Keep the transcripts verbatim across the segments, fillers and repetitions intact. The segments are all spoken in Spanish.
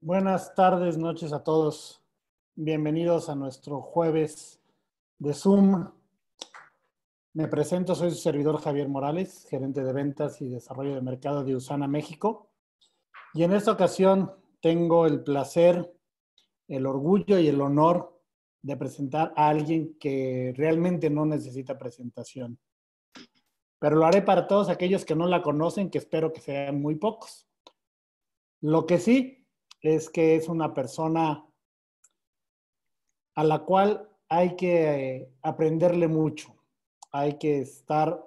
Buenas tardes, noches a todos. Bienvenidos a nuestro jueves de Zoom. Me presento, soy su servidor Javier Morales, gerente de ventas y desarrollo de mercado de USANA México. Y en esta ocasión tengo el placer, el orgullo y el honor de presentar a alguien que realmente no necesita presentación. Pero lo haré para todos aquellos que no la conocen, que espero que sean muy pocos. Lo que sí es que es una persona a la cual hay que eh, aprenderle mucho. Hay que estar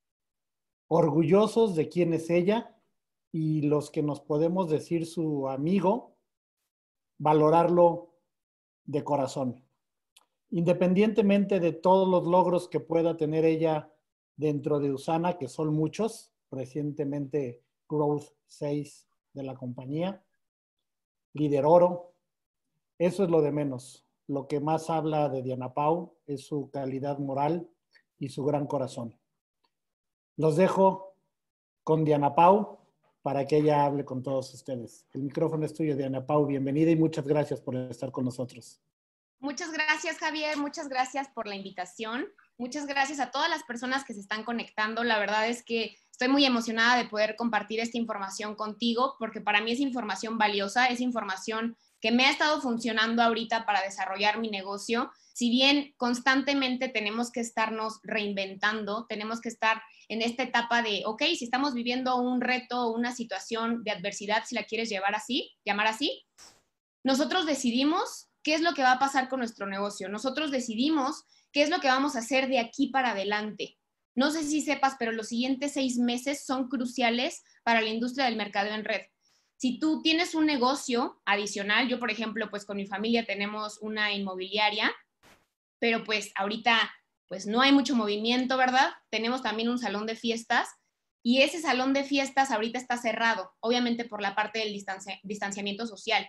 orgullosos de quién es ella y los que nos podemos decir su amigo, valorarlo de corazón. Independientemente de todos los logros que pueda tener ella dentro de USANA, que son muchos, recientemente Growth seis de la compañía, Líder Oro, eso es lo de menos. Lo que más habla de Diana Pau es su calidad moral y su gran corazón. Los dejo con Diana Pau para que ella hable con todos ustedes. El micrófono es tuyo, Diana Pau. Bienvenida y muchas gracias por estar con nosotros. Muchas gracias, Javier. Muchas gracias por la invitación. Muchas gracias a todas las personas que se están conectando. La verdad es que estoy muy emocionada de poder compartir esta información contigo porque para mí es información valiosa, es información que me ha estado funcionando ahorita para desarrollar mi negocio. Si bien constantemente tenemos que estarnos reinventando, tenemos que estar en esta etapa de, ok, si estamos viviendo un reto o una situación de adversidad, si la quieres llevar así, llamar así, nosotros decidimos qué es lo que va a pasar con nuestro negocio. Nosotros decidimos qué es lo que vamos a hacer de aquí para adelante. No sé si sepas, pero los siguientes seis meses son cruciales para la industria del mercadeo en red. Si tú tienes un negocio adicional, yo por ejemplo, pues con mi familia tenemos una inmobiliaria, pero pues ahorita pues no hay mucho movimiento, ¿verdad? Tenemos también un salón de fiestas y ese salón de fiestas ahorita está cerrado, obviamente por la parte del distanci- distanciamiento social.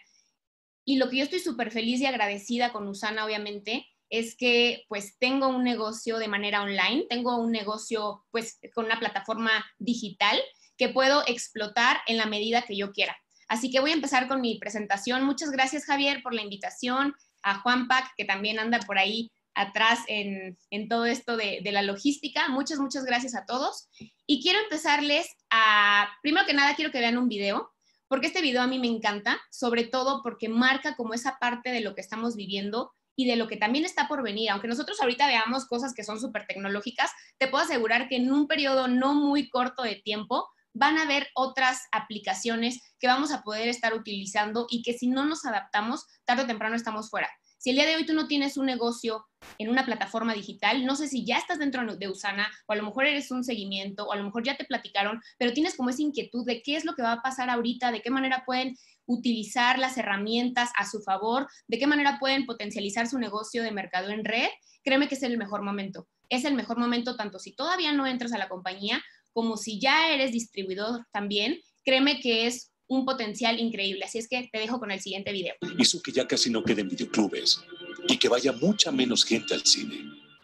Y lo que yo estoy súper feliz y agradecida con USANA, obviamente, es que pues tengo un negocio de manera online, tengo un negocio pues con una plataforma digital que puedo explotar en la medida que yo quiera. Así que voy a empezar con mi presentación. Muchas gracias, Javier, por la invitación, a Juan Pac, que también anda por ahí atrás en, en todo esto de, de la logística. Muchas, muchas gracias a todos. Y quiero empezarles a, primero que nada, quiero que vean un video, porque este video a mí me encanta, sobre todo porque marca como esa parte de lo que estamos viviendo y de lo que también está por venir. Aunque nosotros ahorita veamos cosas que son súper tecnológicas, te puedo asegurar que en un periodo no muy corto de tiempo van a haber otras aplicaciones que vamos a poder estar utilizando y que si no nos adaptamos, tarde o temprano estamos fuera. Si el día de hoy tú no tienes un negocio en una plataforma digital, no sé si ya estás dentro de USANA o a lo mejor eres un seguimiento o a lo mejor ya te platicaron, pero tienes como esa inquietud de qué es lo que va a pasar ahorita, de qué manera pueden utilizar las herramientas a su favor, de qué manera pueden potencializar su negocio de mercado en red, créeme que es el mejor momento. Es el mejor momento tanto si todavía no entras a la compañía como si ya eres distribuidor también, créeme que es un potencial increíble. Así es que te dejo con el siguiente video. Hizo que ya casi no queden videoclubes y que vaya mucha menos gente al cine.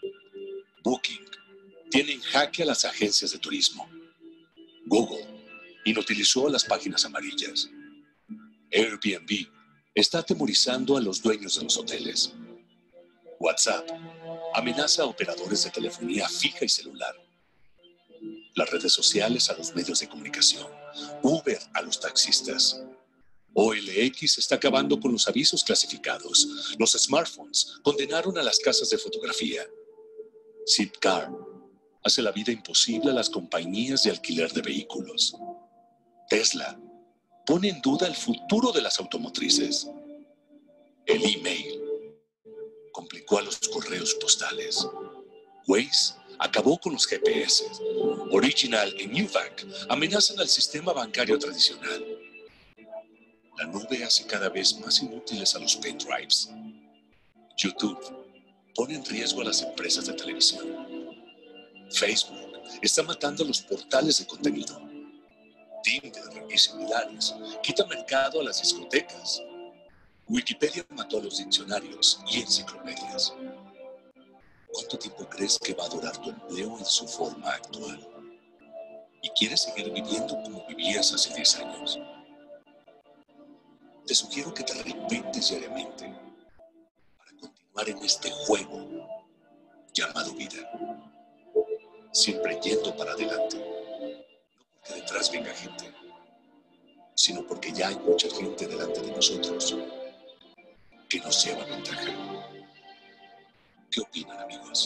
Booking tiene en jaque a las agencias de turismo. Google inutilizó a las páginas amarillas. Airbnb está atemorizando a los dueños de los hoteles. WhatsApp amenaza a operadores de telefonía fija y celular. Las redes sociales a los medios de comunicación. Uber a los taxistas. O L X está acabando con los avisos clasificados. Los smartphones condenaron a las casas de fotografía. Zipcar hace la vida imposible a las compañías de alquiler de vehículos. Tesla pone en duda el futuro de las automotrices. El email complicó a los correos postales. Waze acabó con los G P S. Original y Nubank amenazan al sistema bancario tradicional. La nube hace cada vez más inútiles a los pendrives. YouTube pone en riesgo a las empresas de televisión. Facebook está matando a los portales de contenido. Tinder y similares quitan mercado a las discotecas. Wikipedia mató a los diccionarios y enciclopedias. ¿Cuánto tiempo crees que va a durar tu empleo en su forma actual? ¿Y quieres seguir viviendo como vivías hace diez años? Te sugiero que te reinventes diariamente para continuar en este juego llamado vida. Siempre yendo para adelante. No porque detrás venga gente, sino porque ya hay mucha gente delante de nosotros que nos lleva ventaja. ¿Qué opinan, amigos?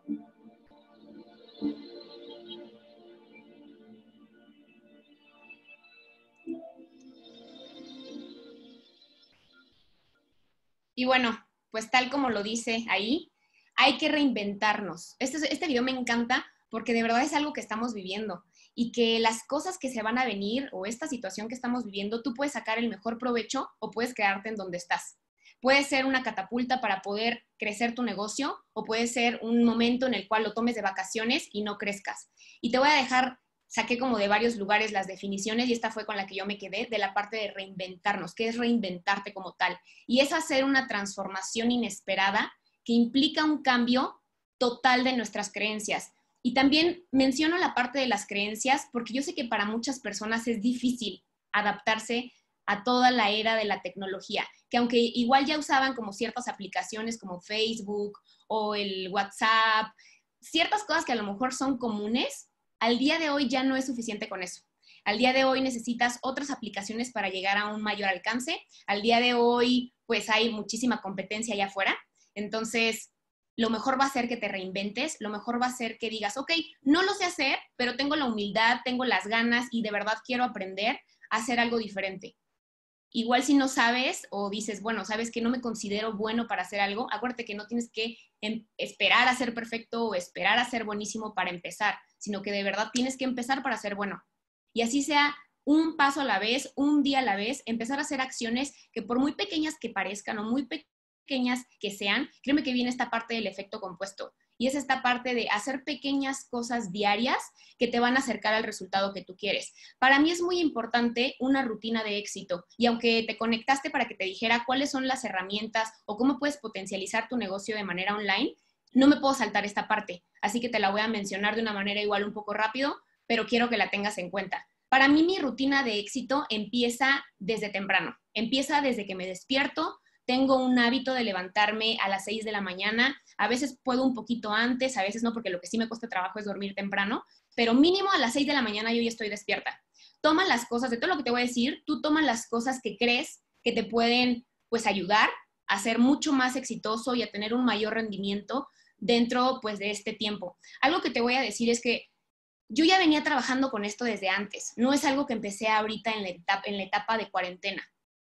Y bueno, pues tal como lo dice ahí, hay que reinventarnos. Este, este video me encanta porque de verdad es algo que estamos viviendo y que las cosas que se van a venir o esta situación que estamos viviendo, tú puedes sacar el mejor provecho o puedes quedarte en donde estás. Puede ser una catapulta para poder crecer tu negocio o puede ser un momento en el cual lo tomes de vacaciones y no crezcas. Y te voy a dejar, saqué como de varios lugares las definiciones y esta fue con la que yo me quedé, de la parte de reinventarnos, que es reinventarte como tal. Y es hacer una transformación inesperada que implica un cambio total de nuestras creencias. Y también menciono la parte de las creencias porque yo sé que para muchas personas es difícil adaptarse a toda la era de la tecnología, que aunque igual ya usaban como ciertas aplicaciones como Facebook o el WhatsApp, ciertas cosas que a lo mejor son comunes, al día de hoy ya no es suficiente con eso. Al día de hoy necesitas otras aplicaciones para llegar a un mayor alcance. Al día de hoy, pues hay muchísima competencia allá afuera. Entonces, lo mejor va a ser que te reinventes, lo mejor va a ser que digas, ok, no lo sé hacer, pero tengo la humildad, tengo las ganas y de verdad quiero aprender a hacer algo diferente. Igual si no sabes o dices, bueno, sabes que no me considero bueno para hacer algo, acuérdate que no tienes que esperar a ser perfecto o esperar a ser buenísimo para empezar, sino que de verdad tienes que empezar para ser bueno. Y así sea un paso a la vez, un día a la vez, empezar a hacer acciones que por muy pequeñas que parezcan o muy pequeñas que sean, créeme que viene esta parte del efecto compuesto. Y es esta parte de hacer pequeñas cosas diarias que te van a acercar al resultado que tú quieres. Para mí es muy importante una rutina de éxito. Y aunque te conectaste para que te dijera cuáles son las herramientas o cómo puedes potencializar tu negocio de manera online, no me puedo saltar esta parte. Así que te la voy a mencionar de una manera igual un poco rápido, pero quiero que la tengas en cuenta. Para mí mi rutina de éxito empieza desde temprano. Empieza desde que me despierto. Tengo un hábito de levantarme a las seis de la mañana. A veces puedo un poquito antes, a veces no, porque lo que sí me cuesta trabajo es dormir temprano, pero mínimo a las seis de la mañana yo ya estoy despierta. Toma las cosas, de todo lo que te voy a decir, tú toma las cosas que crees que te pueden, pues, ayudar a ser mucho más exitoso y a tener un mayor rendimiento dentro, pues, de este tiempo. Algo que te voy a decir es que yo ya venía trabajando con esto desde antes. No es algo que empecé ahorita en la etapa, en la etapa de cuarentena.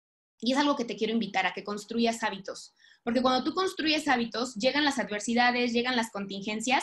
Y es algo que te quiero invitar a que construyas hábitos. Porque cuando tú construyes hábitos, llegan las adversidades, llegan las contingencias,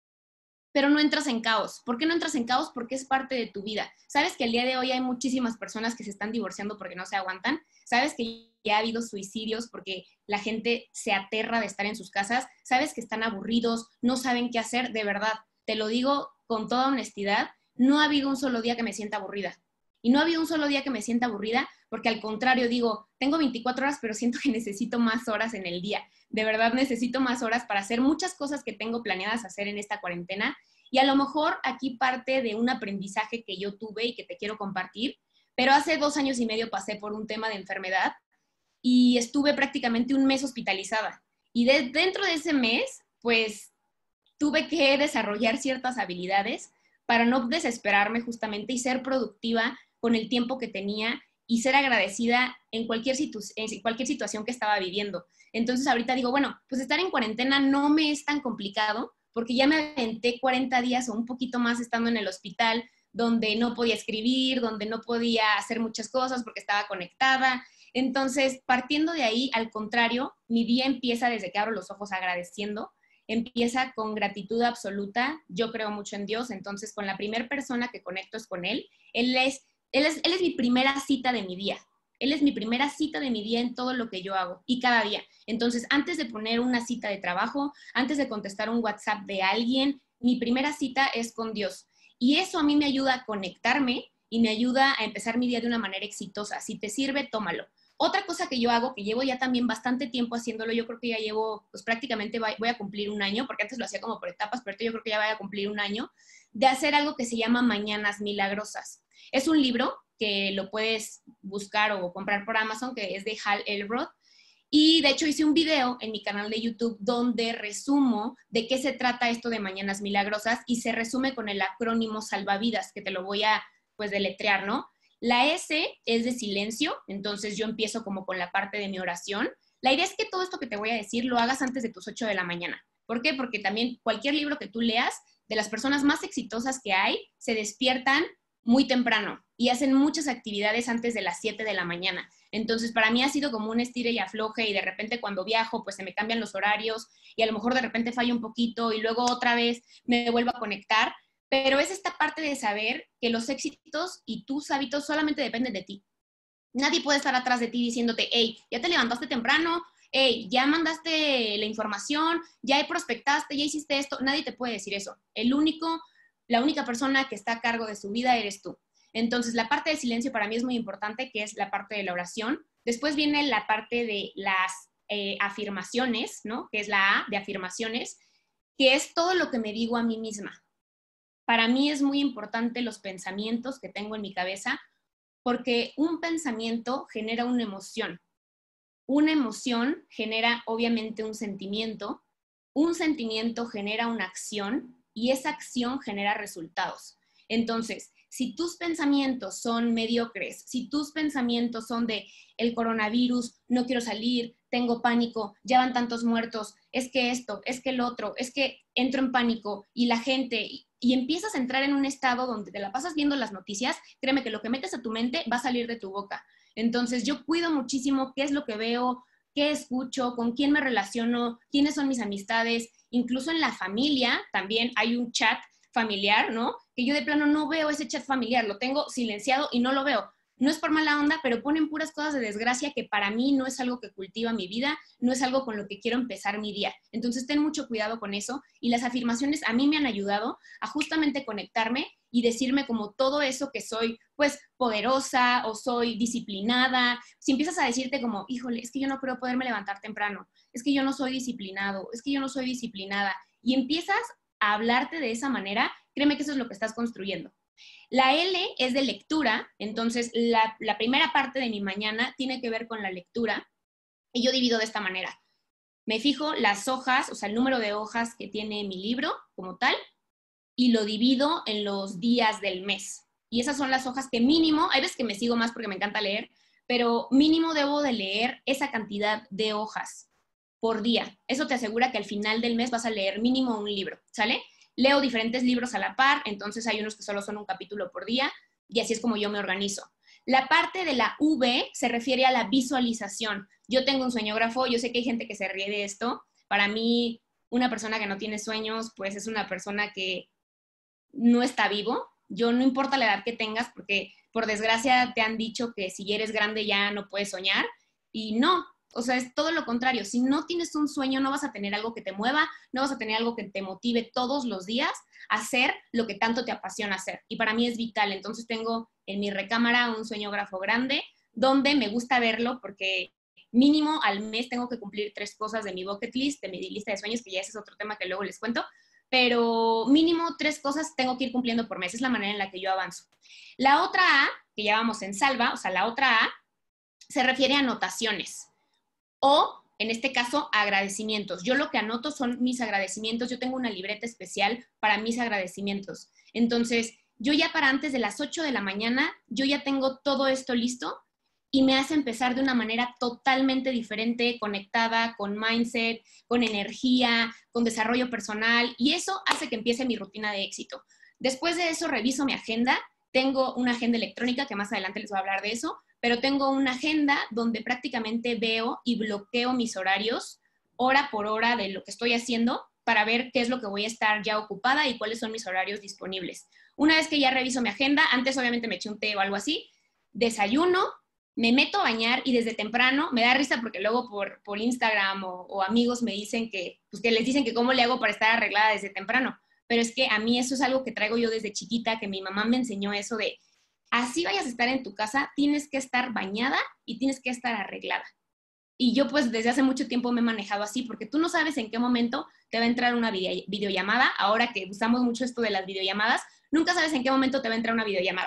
pero no entras en caos. ¿Por qué no entras en caos? Porque es parte de tu vida. ¿Sabes que el día de hoy hay muchísimas personas que se están divorciando porque no se aguantan? ¿Sabes que ya ha habido suicidios porque la gente se aterra de estar en sus casas? ¿Sabes que están aburridos, no saben qué hacer? De verdad, te lo digo con toda honestidad, no ha habido un solo día que me sienta aburrida. Y no ha habido un solo día que me sienta aburrida porque al contrario digo, tengo veinticuatro horas, pero siento que necesito más horas en el día. De verdad necesito más horas para hacer muchas cosas que tengo planeadas hacer en esta cuarentena. Y a lo mejor aquí parte de un aprendizaje que yo tuve y que te quiero compartir, pero hace dos años y medio pasé por un tema de enfermedad y estuve prácticamente un mes hospitalizada. Y de, dentro de ese mes, pues tuve que desarrollar ciertas habilidades para no desesperarme justamente y ser productiva con el tiempo que tenía y ser agradecida en cualquier, situ en cualquier situación que estaba viviendo. Entonces ahorita digo, bueno, pues estar en cuarentena no me es tan complicado porque ya me aventé cuarenta días o un poquito más estando en el hospital, donde no podía escribir, donde no podía hacer muchas cosas porque estaba conectada. Entonces, partiendo de ahí, al contrario, mi día empieza desde que abro los ojos agradeciendo, empieza con gratitud absoluta. Yo creo mucho en Dios, entonces con la primera persona que conecto es con Él. Él es, él es, él es mi primera cita de mi día. Él es mi primera cita de mi día en todo lo que yo hago y cada día. Entonces, antes de poner una cita de trabajo, antes de contestar un WhatsApp de alguien, mi primera cita es con Dios. Y eso a mí me ayuda a conectarme y me ayuda a empezar mi día de una manera exitosa. Si te sirve, tómalo. Otra cosa que yo hago, que llevo ya también bastante tiempo haciéndolo, yo creo que ya llevo, pues prácticamente voy a cumplir un año, porque antes lo hacía como por etapas, pero yo creo que ya voy a cumplir un año, de hacer algo que se llama Mañanas Milagrosas. Es un libro que lo puedes buscar o comprar por Amazon, que es de Hal Elrod. Y de hecho hice un video en mi canal de YouTube donde resumo de qué se trata esto de Mañanas Milagrosas y se resume con el acrónimo salvavidas, que te lo voy a pues deletrear, ¿no? La S es de silencio, entonces yo empiezo como con la parte de mi oración. La idea es que todo esto que te voy a decir lo hagas antes de tus ocho de la mañana. ¿Por qué? Porque también cualquier libro que tú leas, de las personas más exitosas que hay, se despiertan muy temprano y hacen muchas actividades antes de las siete de la mañana. Entonces, para mí ha sido como un estire y afloje y de repente cuando viajo, pues se me cambian los horarios y a lo mejor de repente fallo un poquito y luego otra vez me vuelvo a conectar. Pero es esta parte de saber que los éxitos y tus hábitos solamente dependen de ti. Nadie puede estar atrás de ti diciéndote, hey, ya te levantaste temprano, hey, ya mandaste la información, ya prospectaste, ya hiciste esto. Nadie te puede decir eso. El único... La única persona que está a cargo de su vida eres tú. Entonces, la parte de silencio para mí es muy importante, que es la parte de la oración. Después viene la parte de las eh, afirmaciones, ¿no? Que es la A de afirmaciones, que es todo lo que me digo a mí misma. Para mí es muy importante los pensamientos que tengo en mi cabeza, porque un pensamiento genera una emoción. Una emoción genera, obviamente, un sentimiento. Un sentimiento genera una acción. Y esa acción genera resultados. Entonces, si tus pensamientos son mediocres, si tus pensamientos son de el coronavirus, no quiero salir, tengo pánico, ya van tantos muertos, es que esto, es que el otro, es que entro en pánico y la gente, y, y empiezas a entrar en un estado donde te la pasas viendo las noticias, créeme que lo que metes a tu mente va a salir de tu boca. Entonces, yo cuido muchísimo qué es lo que veo, qué escucho, con quién me relaciono, quiénes son mis amistades. Incluso en la familia también hay un chat familiar, ¿no? Que yo de plano no veo ese chat familiar, lo tengo silenciado y no lo veo. No es por mala onda, pero ponen puras cosas de desgracia que para mí no es algo que cultiva mi vida, no es algo con lo que quiero empezar mi día. Entonces, ten mucho cuidado con eso. Y las afirmaciones a mí me han ayudado a justamente conectarme y decirme como todo eso que soy, pues, poderosa o soy disciplinada. Si empiezas a decirte como, híjole, es que yo no creo poderme levantar temprano, es que yo no soy disciplinado, es que yo no soy disciplinada, y empiezas a hablarte de esa manera, créeme que eso es lo que estás construyendo. La L es de lectura, entonces la, la primera parte de mi mañana tiene que ver con la lectura, y yo divido de esta manera. Me fijo las hojas, o sea, el número de hojas que tiene mi libro como tal, y lo divido en los días del mes. Y esas son las hojas que mínimo, hay veces que me sigo más porque me encanta leer, pero mínimo debo de leer esa cantidad de hojas por día. Eso te asegura que al final del mes vas a leer mínimo un libro, ¿sale? Leo diferentes libros a la par, entonces hay unos que solo son un capítulo por día, y así es como yo me organizo. La parte de la V se refiere a la visualización. Yo tengo un sueñógrafo, yo sé que hay gente que se ríe de esto. Para mí, una persona que no tiene sueños, pues es una persona que no está vivo. Yo no importa la edad que tengas, porque por desgracia te han dicho que si eres grande ya no puedes soñar, y no. O sea, es todo lo contrario. Si no tienes un sueño, no vas a tener algo que te mueva, no vas a tener algo que te motive todos los días a hacer lo que tanto te apasiona hacer. Y para mí es vital. Entonces tengo en mi recámara un sueñógrafo grande donde me gusta verlo porque mínimo al mes tengo que cumplir tres cosas de mi bucket list, de mi lista de sueños, que ya ese es otro tema que luego les cuento, pero mínimo tres cosas tengo que ir cumpliendo por mes. Es la manera en la que yo avanzo. La otra A, que ya vamos en salva, o sea, la otra A se refiere a anotaciones. O, en este caso, agradecimientos. Yo lo que anoto son mis agradecimientos. Yo tengo una libreta especial para mis agradecimientos. Entonces, yo ya para antes de las ocho de la mañana, yo ya tengo todo esto listo y me hace empezar de una manera totalmente diferente, conectada, con mindset, con energía, con desarrollo personal. Y eso hace que empiece mi rutina de éxito. Después de eso, reviso mi agenda. Tengo una agenda electrónica, que más adelante les voy a hablar de eso, pero tengo una agenda donde prácticamente veo y bloqueo mis horarios hora por hora de lo que estoy haciendo para ver qué es lo que voy a estar ya ocupada y cuáles son mis horarios disponibles. Una vez que ya reviso mi agenda, antes obviamente me eché un té o algo así, desayuno, me meto a bañar y desde temprano, me da risa porque luego por, por Instagram o, o amigos me dicen que, pues que les dicen que cómo le hago para estar arreglada desde temprano. Pero es que a mí eso es algo que traigo yo desde chiquita, que mi mamá me enseñó eso de, así vayas a estar en tu casa, tienes que estar bañada y tienes que estar arreglada. Y yo pues desde hace mucho tiempo me he manejado así, porque tú no sabes en qué momento te va a entrar una video, videollamada. Ahora que usamos mucho esto de las videollamadas, nunca sabes en qué momento te va a entrar una videollamada.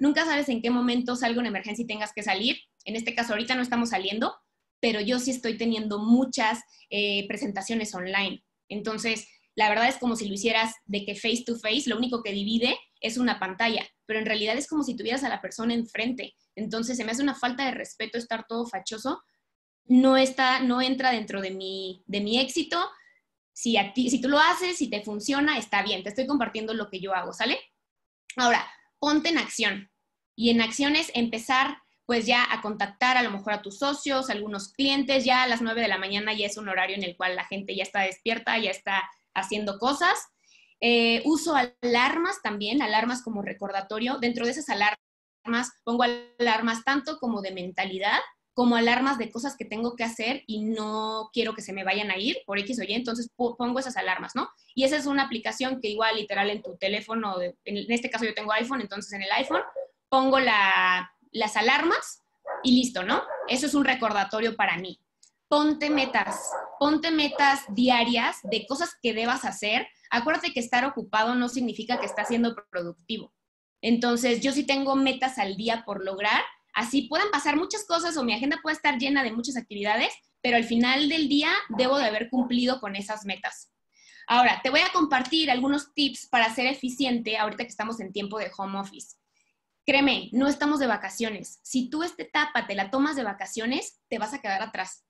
nunca sabes en qué momento salga una emergencia y tengas que salir. En este caso, ahorita no estamos saliendo, pero yo sí estoy teniendo muchas eh, presentaciones online. Entonces, la verdad es como si lo hicieras de que face to face, lo único que divide es una pantalla, pero en realidad es como si tuvieras a la persona enfrente. Entonces, se me hace una falta de respeto estar todo fachoso. No, está, no entra dentro de mi, de mi éxito. Si, a ti, si tú lo haces, si te funciona, está bien. Te estoy compartiendo lo que yo hago, ¿sale? Ahora, ponte en acción. Y en acción es empezar, pues ya a contactar a lo mejor a tus socios, a algunos clientes. Ya a las nueve de la mañana ya es un horario en el cual la gente ya está despierta, ya está haciendo cosas. Eh, uso alarmas también, alarmas como recordatorio. Dentro de esas alarmas pongo alarmas tanto como de mentalidad, como alarmas de cosas que tengo que hacer y no quiero que se me vayan a ir por X o Y, entonces pongo esas alarmas, ¿no? Y esa es una aplicación que igual literal en tu teléfono, en este caso yo tengo iPhone, entonces en el iPhone pongo la, las alarmas y listo, ¿no? Eso es un recordatorio para mí. Ponte metas, ponte metas diarias de cosas que debas hacer. Acuérdate que estar ocupado no significa que estás siendo productivo. Entonces yo sí tengo metas al día por lograr. Así pueden pasar muchas cosas o mi agenda puede estar llena de muchas actividades, pero al final del día debo de haber cumplido con esas metas. Ahora, te voy a compartir algunos tips para ser eficiente ahorita que estamos en tiempo de home office. Créeme, no estamos de vacaciones. Si tú esta etapa te la tomas de vacaciones, te vas a quedar atrás.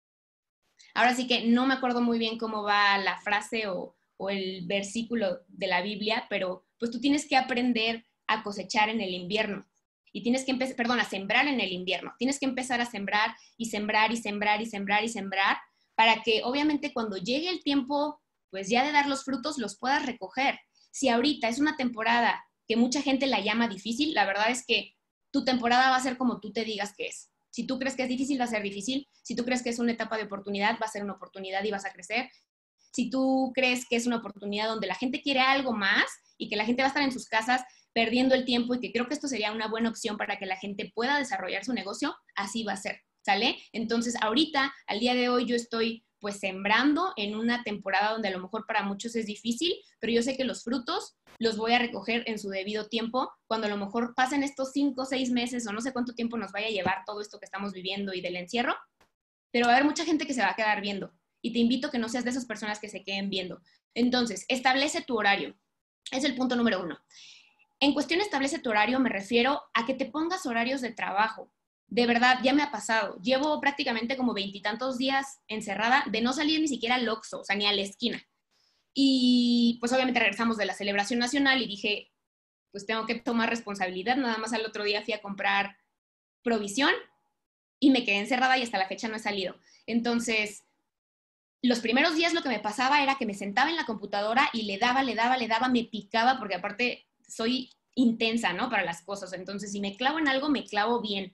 Ahora sí que no me acuerdo muy bien cómo va la frase o, o el versículo de la Biblia, pero pues tú tienes que aprender a cosechar en el invierno. Y tienes que empezar, perdón, a sembrar en el invierno. Tienes que empezar a sembrar y sembrar y sembrar y sembrar y sembrar para que obviamente cuando llegue el tiempo, pues ya de dar los frutos, los puedas recoger. Si ahorita es una temporada que mucha gente la llama difícil, la verdad es que tu temporada va a ser como tú te digas que es. Si tú crees que es difícil, va a ser difícil. Si tú crees que es una etapa de oportunidad, va a ser una oportunidad y vas a crecer. Si tú crees que es una oportunidad donde la gente quiere algo más y que la gente va a estar en sus casas perdiendo el tiempo y que creo que esto sería una buena opción para que la gente pueda desarrollar su negocio, así va a ser, ¿sale? Entonces, ahorita, al día de hoy, yo estoy pues sembrando en una temporada donde a lo mejor para muchos es difícil, pero yo sé que los frutos los voy a recoger en su debido tiempo, cuando a lo mejor pasen estos cinco o seis meses o no sé cuánto tiempo nos vaya a llevar todo esto que estamos viviendo y del encierro, pero va a haber mucha gente que se va a quedar viendo y te invito a que no seas de esas personas que se queden viendo. Entonces, establece tu horario. Es el punto número uno. En cuestión establece tu horario, me refiero a que te pongas horarios de trabajo. De verdad, ya me ha pasado. Llevo prácticamente como veintitantos días encerrada de no salir ni siquiera al Oxxo, o sea, ni a la esquina. Y pues obviamente regresamos de la celebración nacional y dije, pues tengo que tomar responsabilidad. Nada más al otro día fui a comprar provisión y me quedé encerrada y hasta la fecha no he salido. Entonces, los primeros días lo que me pasaba era que me sentaba en la computadora y le daba, le daba, le daba, me picaba, porque aparte soy intensa, ¿no? Para las cosas. Entonces, si me clavo en algo, me clavo bien.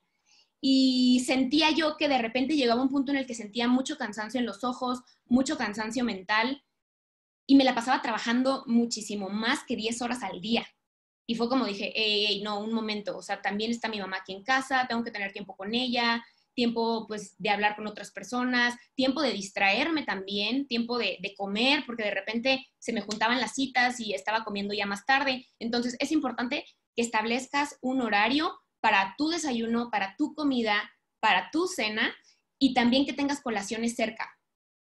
Y sentía yo que de repente llegaba un punto en el que sentía mucho cansancio en los ojos, mucho cansancio mental, y me la pasaba trabajando muchísimo más que diez horas al día. Y fue como dije, hey, hey, no, un momento, o sea, también está mi mamá aquí en casa, tengo que tener tiempo con ella, tiempo pues de hablar con otras personas, tiempo de distraerme también, tiempo de, de comer, porque de repente se me juntaban las citas y estaba comiendo ya más tarde. Entonces es importante que establezcas un horario para tu desayuno, para tu comida, para tu cena y también que tengas colaciones cerca.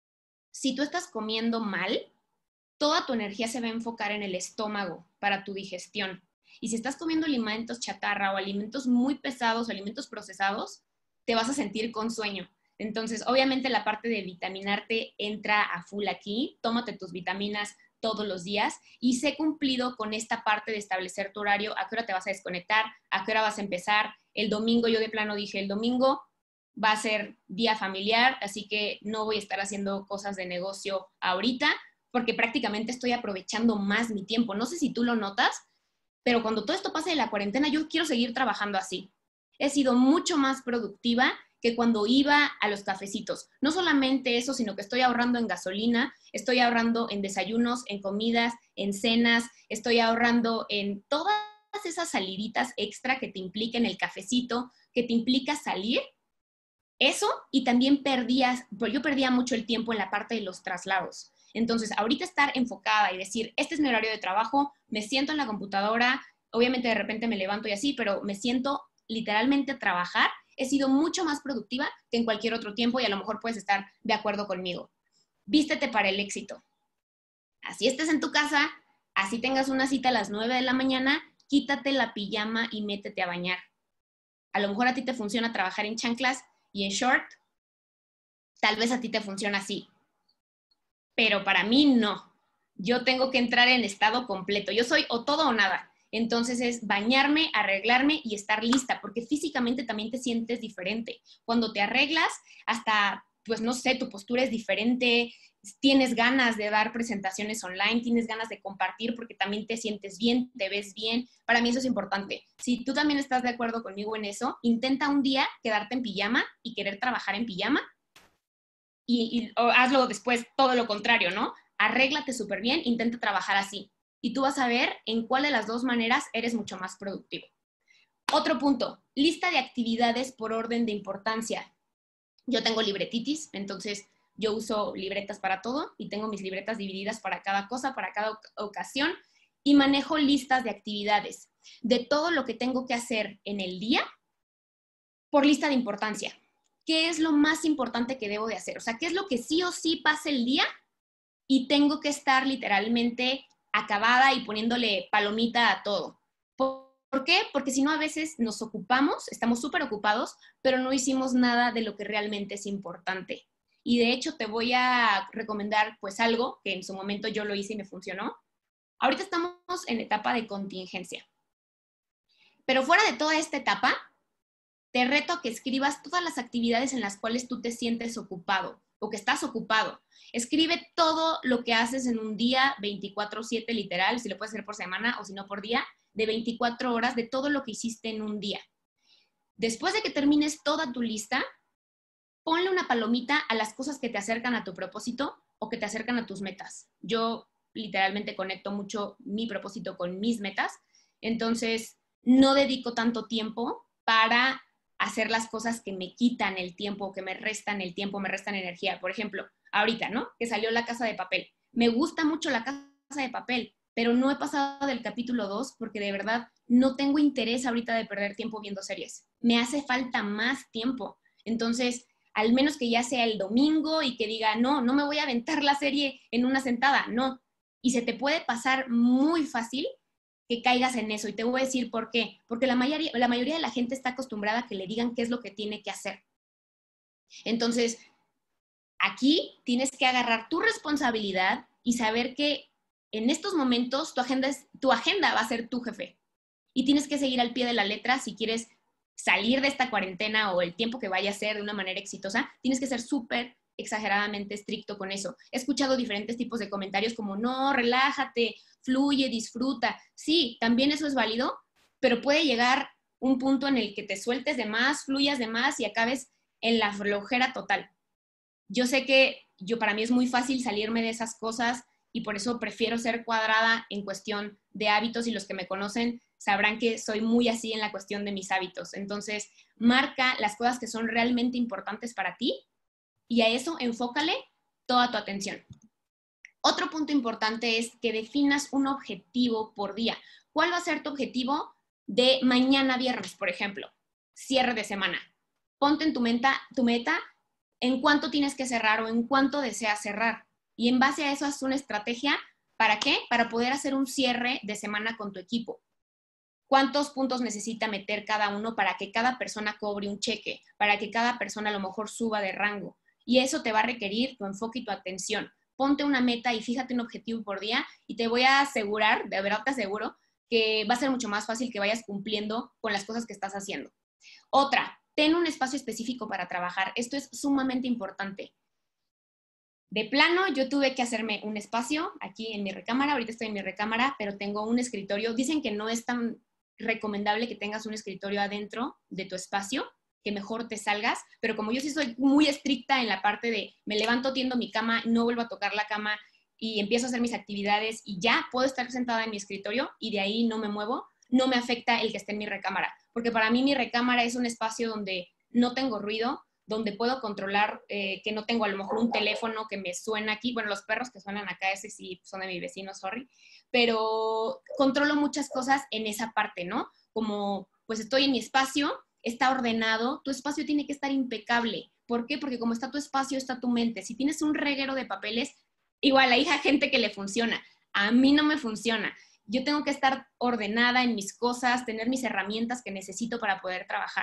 Si tú estás comiendo mal, toda tu energía se va a enfocar en el estómago para tu digestión. Y si estás comiendo alimentos chatarra o alimentos muy pesados o alimentos procesados, te vas a sentir con sueño. Entonces, obviamente la parte de vitaminarte entra a full aquí. Tómate tus vitaminas todos los días y sé cumplido con esta parte de establecer tu horario, a qué hora te vas a desconectar, a qué hora vas a empezar. El domingo yo de plano dije, el domingo va a ser día familiar, así que no voy a estar haciendo cosas de negocio ahorita, porque prácticamente estoy aprovechando más mi tiempo. No sé si tú lo notas, pero cuando todo esto pase de la cuarentena, yo quiero seguir trabajando así. He sido mucho más productiva que cuando iba a los cafecitos. No solamente eso, sino que estoy ahorrando en gasolina, estoy ahorrando en desayunos, en comidas, en cenas, estoy ahorrando en todas esas saliditas extra que te implican el cafecito, que te implica salir. Eso, y también perdías, yo perdía mucho el tiempo en la parte de los traslados. Entonces, ahorita estar enfocada y decir, este es mi horario de trabajo, me siento en la computadora, obviamente de repente me levanto y así, pero me siento literalmente a trabajar. He sido mucho más productiva que en cualquier otro tiempo y a lo mejor puedes estar de acuerdo conmigo. Vístete para el éxito. Así estés en tu casa, así tengas una cita a las nueve de la mañana, quítate la pijama y métete a bañar. A lo mejor a ti te funciona trabajar en chanclas y en short, tal vez a ti te funciona así, pero para mí no. Yo tengo que entrar en estado completo. Yo soy o todo o nada. Entonces es bañarme, arreglarme y estar lista, porque físicamente también te sientes diferente. Cuando te arreglas, hasta, pues no sé, tu postura es diferente, tienes ganas de dar presentaciones online, tienes ganas de compartir porque también te sientes bien, te ves bien. Para mí eso es importante. Si tú también estás de acuerdo conmigo en eso, intenta un día quedarte en pijama y querer trabajar en pijama y, y o hazlo después todo lo contrario, ¿no? Arréglate súper bien, intenta trabajar así. Y tú vas a ver en cuál de las dos maneras eres mucho más productivo. Otro punto, lista de actividades por orden de importancia. Yo tengo libretitis, entonces yo uso libretas para todo y tengo mis libretas divididas para cada cosa, para cada ocasión y manejo listas de actividades de todo lo que tengo que hacer en el día por lista de importancia. ¿Qué es lo más importante que debo de hacer? O sea, ¿qué es lo que sí o sí pasa el día y tengo que estar literalmente acabada y poniéndole palomita a todo? ¿Por qué? Porque si no, a veces nos ocupamos, estamos súper ocupados, pero no hicimos nada de lo que realmente es importante. Y de hecho te voy a recomendar pues algo que en su momento yo lo hice y me funcionó. Ahorita estamos en etapa de contingencia. Pero fuera de toda esta etapa, te reto a que escribas todas las actividades en las cuales tú te sientes ocupado o que estás ocupado. Escribe todo lo que haces en un día, veinticuatro siete literal, si lo puedes hacer por semana o si no por día, de veinticuatro horas de todo lo que hiciste en un día. Después de que termines toda tu lista, ponle una palomita a las cosas que te acercan a tu propósito o que te acercan a tus metas. Yo literalmente conecto mucho mi propósito con mis metas, entonces no dedico tanto tiempo para hacer las cosas que me quitan el tiempo, que me restan el tiempo, me restan energía. Por ejemplo, ahorita, ¿no? Que salió La Casa de Papel. Me gusta mucho La Casa de Papel, pero no he pasado del capítulo dos porque de verdad no tengo interés ahorita de perder tiempo viendo series. Me hace falta más tiempo. Entonces, al menos que ya sea el domingo y que diga, no, no me voy a aventar la serie en una sentada, no. Y se te puede pasar muy fácil que caigas en eso. Y te voy a decir por qué. Porque la mayoría, la mayoría de la gente está acostumbrada a que le digan qué es lo que tiene que hacer. Entonces, aquí tienes que agarrar tu responsabilidad y saber que en estos momentos tu agenda, es, tu agenda va a ser tu jefe. Y tienes que seguir al pie de la letra si quieres salir de esta cuarentena o el tiempo que vaya a ser de una manera exitosa. Tienes que ser súper exageradamente estricto con eso. He escuchado diferentes tipos de comentarios como, no, relájate, fluye, disfruta. Sí, también eso es válido, pero puede llegar un punto en el que te sueltes de más, fluyas de más y acabes en la flojera total. Yo sé que yo, para mí es muy fácil salirme de esas cosas y por eso prefiero ser cuadrada en cuestión de hábitos y los que me conocen sabrán que soy muy así en la cuestión de mis hábitos. Entonces, marca las cosas que son realmente importantes para ti y a eso enfócale toda tu atención. Otro punto importante es que definas un objetivo por día. ¿Cuál va a ser tu objetivo de mañana viernes, por ejemplo? Cierre de semana. Ponte en tu meta, tu meta en cuánto tienes que cerrar o en cuánto deseas cerrar. Y en base a eso haz una estrategia. ¿Para qué? Para poder hacer un cierre de semana con tu equipo. ¿Cuántos puntos necesita meter cada uno para que cada persona cobre un cheque? Para que cada persona a lo mejor suba de rango. Y eso te va a requerir tu enfoque y tu atención. Ponte una meta y fíjate un objetivo por día y te voy a asegurar, de verdad te aseguro, que va a ser mucho más fácil que vayas cumpliendo con las cosas que estás haciendo. Otra, ten un espacio específico para trabajar. Esto es sumamente importante. De plano, yo tuve que hacerme un espacio aquí en mi recámara. Ahorita estoy en mi recámara, pero tengo un escritorio. Dicen que no es tan recomendable que tengas un escritorio adentro de tu espacio, que mejor te salgas, pero como yo sí soy muy estricta en la parte de me levanto, tiendo mi cama, no vuelvo a tocar la cama y empiezo a hacer mis actividades y ya puedo estar sentada en mi escritorio y de ahí no me muevo, no me afecta el que esté en mi recámara, porque para mí mi recámara es un espacio donde no tengo ruido, donde puedo controlar eh, que no tengo a lo mejor un teléfono que me suena aquí. Bueno, los perros que suenan acá, ese sí son de mi vecino, sorry. Pero controlo muchas cosas en esa parte, ¿no? Como, pues estoy en mi espacio, está ordenado, tu espacio tiene que estar impecable. ¿Por qué? Porque como está tu espacio, está tu mente. Si tienes un reguero de papeles, igual hay gente que le funciona. A mí no me funciona. Yo tengo que estar ordenada en mis cosas, tener mis herramientas que necesito para poder trabajar.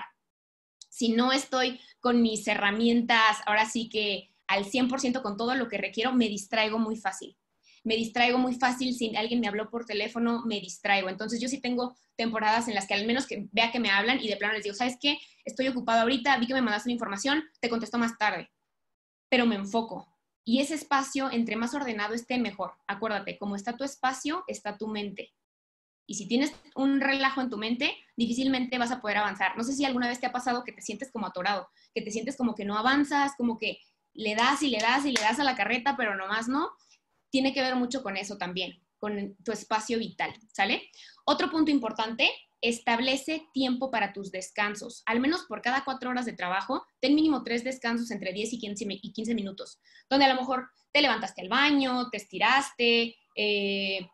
Si no estoy con mis herramientas, ahora sí que al cien por ciento con todo lo que requiero, me distraigo muy fácil. Me distraigo muy fácil, si alguien me habló por teléfono, me distraigo. Entonces yo sí tengo temporadas en las que al menos que vea que me hablan y de plano les digo, ¿sabes qué? Estoy ocupado ahorita, vi que me mandaste una información, te contesto más tarde. Pero me enfoco. Y ese espacio, entre más ordenado esté, mejor. Acuérdate, como está tu espacio, está tu mente. Y si tienes un relajo en tu mente, difícilmente vas a poder avanzar. No sé si alguna vez te ha pasado que te sientes como atorado, que te sientes como que no avanzas, como que le das y le das y le das a la carreta, pero nomás no. Tiene que ver mucho con eso también, con tu espacio vital, ¿sale? Otro punto importante, establece tiempo para tus descansos. Al menos por cada cuatro horas de trabajo, ten mínimo tres descansos entre diez y quince minutos, donde a lo mejor te levantaste al baño, te estiraste, eh,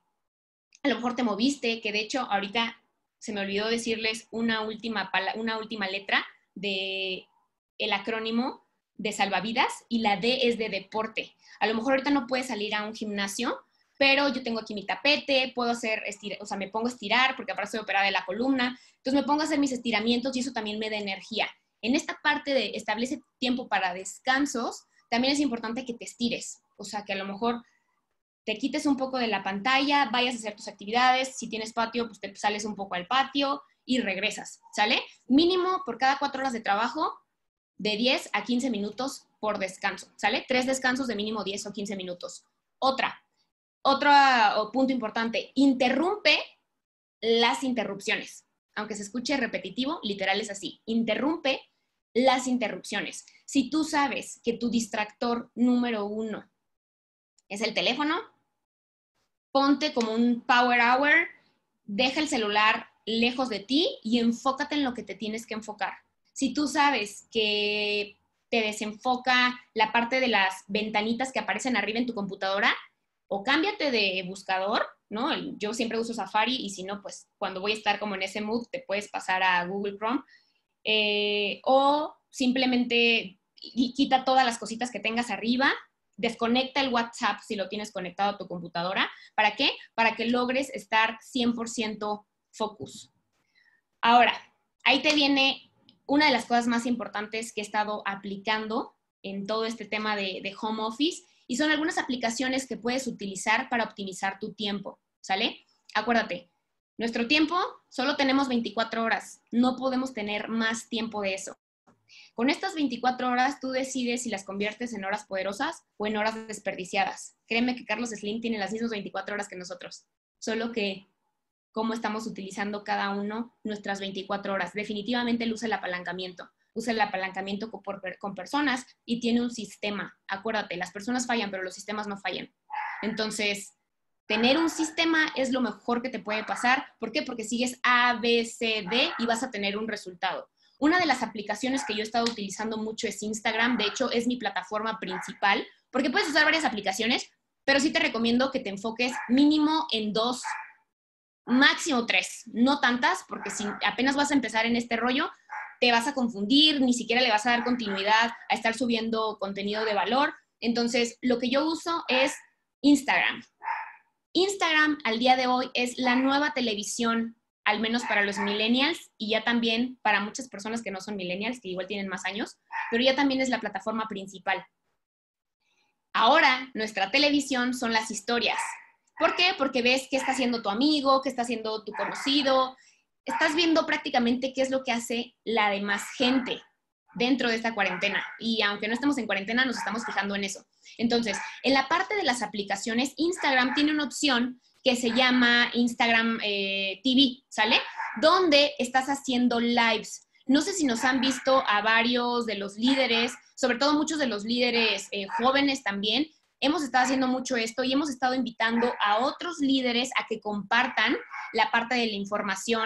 a lo mejor te moviste, que de hecho ahorita se me olvidó decirles una última, una última letra del acrónimo de salvavidas y la D es de deporte. A lo mejor ahorita no puedes salir a un gimnasio, pero yo tengo aquí mi tapete, puedo hacer, estir, o sea, me pongo a estirar porque ahora estoy operada de la columna, entonces me pongo a hacer mis estiramientos y eso también me da energía. En esta parte de establece tiempo para descansos, también es importante que te estires, o sea, que a lo mejor te quites un poco de la pantalla, vayas a hacer tus actividades, si tienes patio, pues te sales un poco al patio y regresas, ¿sale? Mínimo por cada cuatro horas de trabajo, de diez a quince minutos por descanso, ¿sale? Tres descansos de mínimo diez o quince minutos. Otra, otro punto importante, interrumpe las interrupciones. Aunque se escuche repetitivo, literal es así, interrumpe las interrupciones. Si tú sabes que tu distractor número uno es el teléfono, ponte como un power hour, deja el celular lejos de ti y enfócate en lo que te tienes que enfocar. Si tú sabes que te desenfoca la parte de las ventanitas que aparecen arriba en tu computadora, o cámbiate de buscador, ¿no? Yo siempre uso Safari y si no, pues cuando voy a estar como en ese mood, te puedes pasar a Google Chrome. Eh, o simplemente quita todas las cositas que tengas arriba, desconecta el WhatsApp si lo tienes conectado a tu computadora. ¿Para qué? Para que logres estar cien por ciento focus. Ahora, ahí te viene una de las cosas más importantes que he estado aplicando en todo este tema de, de home office y son algunas aplicaciones que puedes utilizar para optimizar tu tiempo, ¿sale? Acuérdate, nuestro tiempo solo tenemos veinticuatro horas, no podemos tener más tiempo de eso. Con estas veinticuatro horas, tú decides si las conviertes en horas poderosas o en horas desperdiciadas. Créeme que Carlos Slim tiene las mismas veinticuatro horas que nosotros, solo que cómo estamos utilizando cada uno nuestras veinticuatro horas. Definitivamente él usa el apalancamiento. Usa el apalancamiento con, por, con personas y tiene un sistema. Acuérdate, las personas fallan, pero los sistemas no fallan. Entonces, tener un sistema es lo mejor que te puede pasar. ¿Por qué? Porque sigues A, B, C, D y vas a tener un resultado. Una de las aplicaciones que yo he estado utilizando mucho es Instagram. De hecho, es mi plataforma principal, porque puedes usar varias aplicaciones, pero sí te recomiendo que te enfoques mínimo en dos, máximo tres. No tantas, porque si apenas vas a empezar en este rollo, te vas a confundir, ni siquiera le vas a dar continuidad a estar subiendo contenido de valor. Entonces, lo que yo uso es Instagram. Instagram al día de hoy es la nueva televisión, al menos para los millennials y ya también para muchas personas que no son millennials, que igual tienen más años, pero ya también es la plataforma principal. Ahora, nuestra televisión son las historias. ¿Por qué? Porque ves qué está haciendo tu amigo, qué está haciendo tu conocido. Estás viendo prácticamente qué es lo que hace la demás gente dentro de esta cuarentena. Y aunque no estemos en cuarentena, nos estamos fijando en eso. Entonces, en la parte de las aplicaciones, Instagram tiene una opción que se llama Instagram eh, T V, ¿sale? Donde estás haciendo lives. No sé si nos han visto a varios de los líderes, sobre todo muchos de los líderes eh, jóvenes también. Hemos estado haciendo mucho esto y hemos estado invitando a otros líderes a que compartan la parte de la información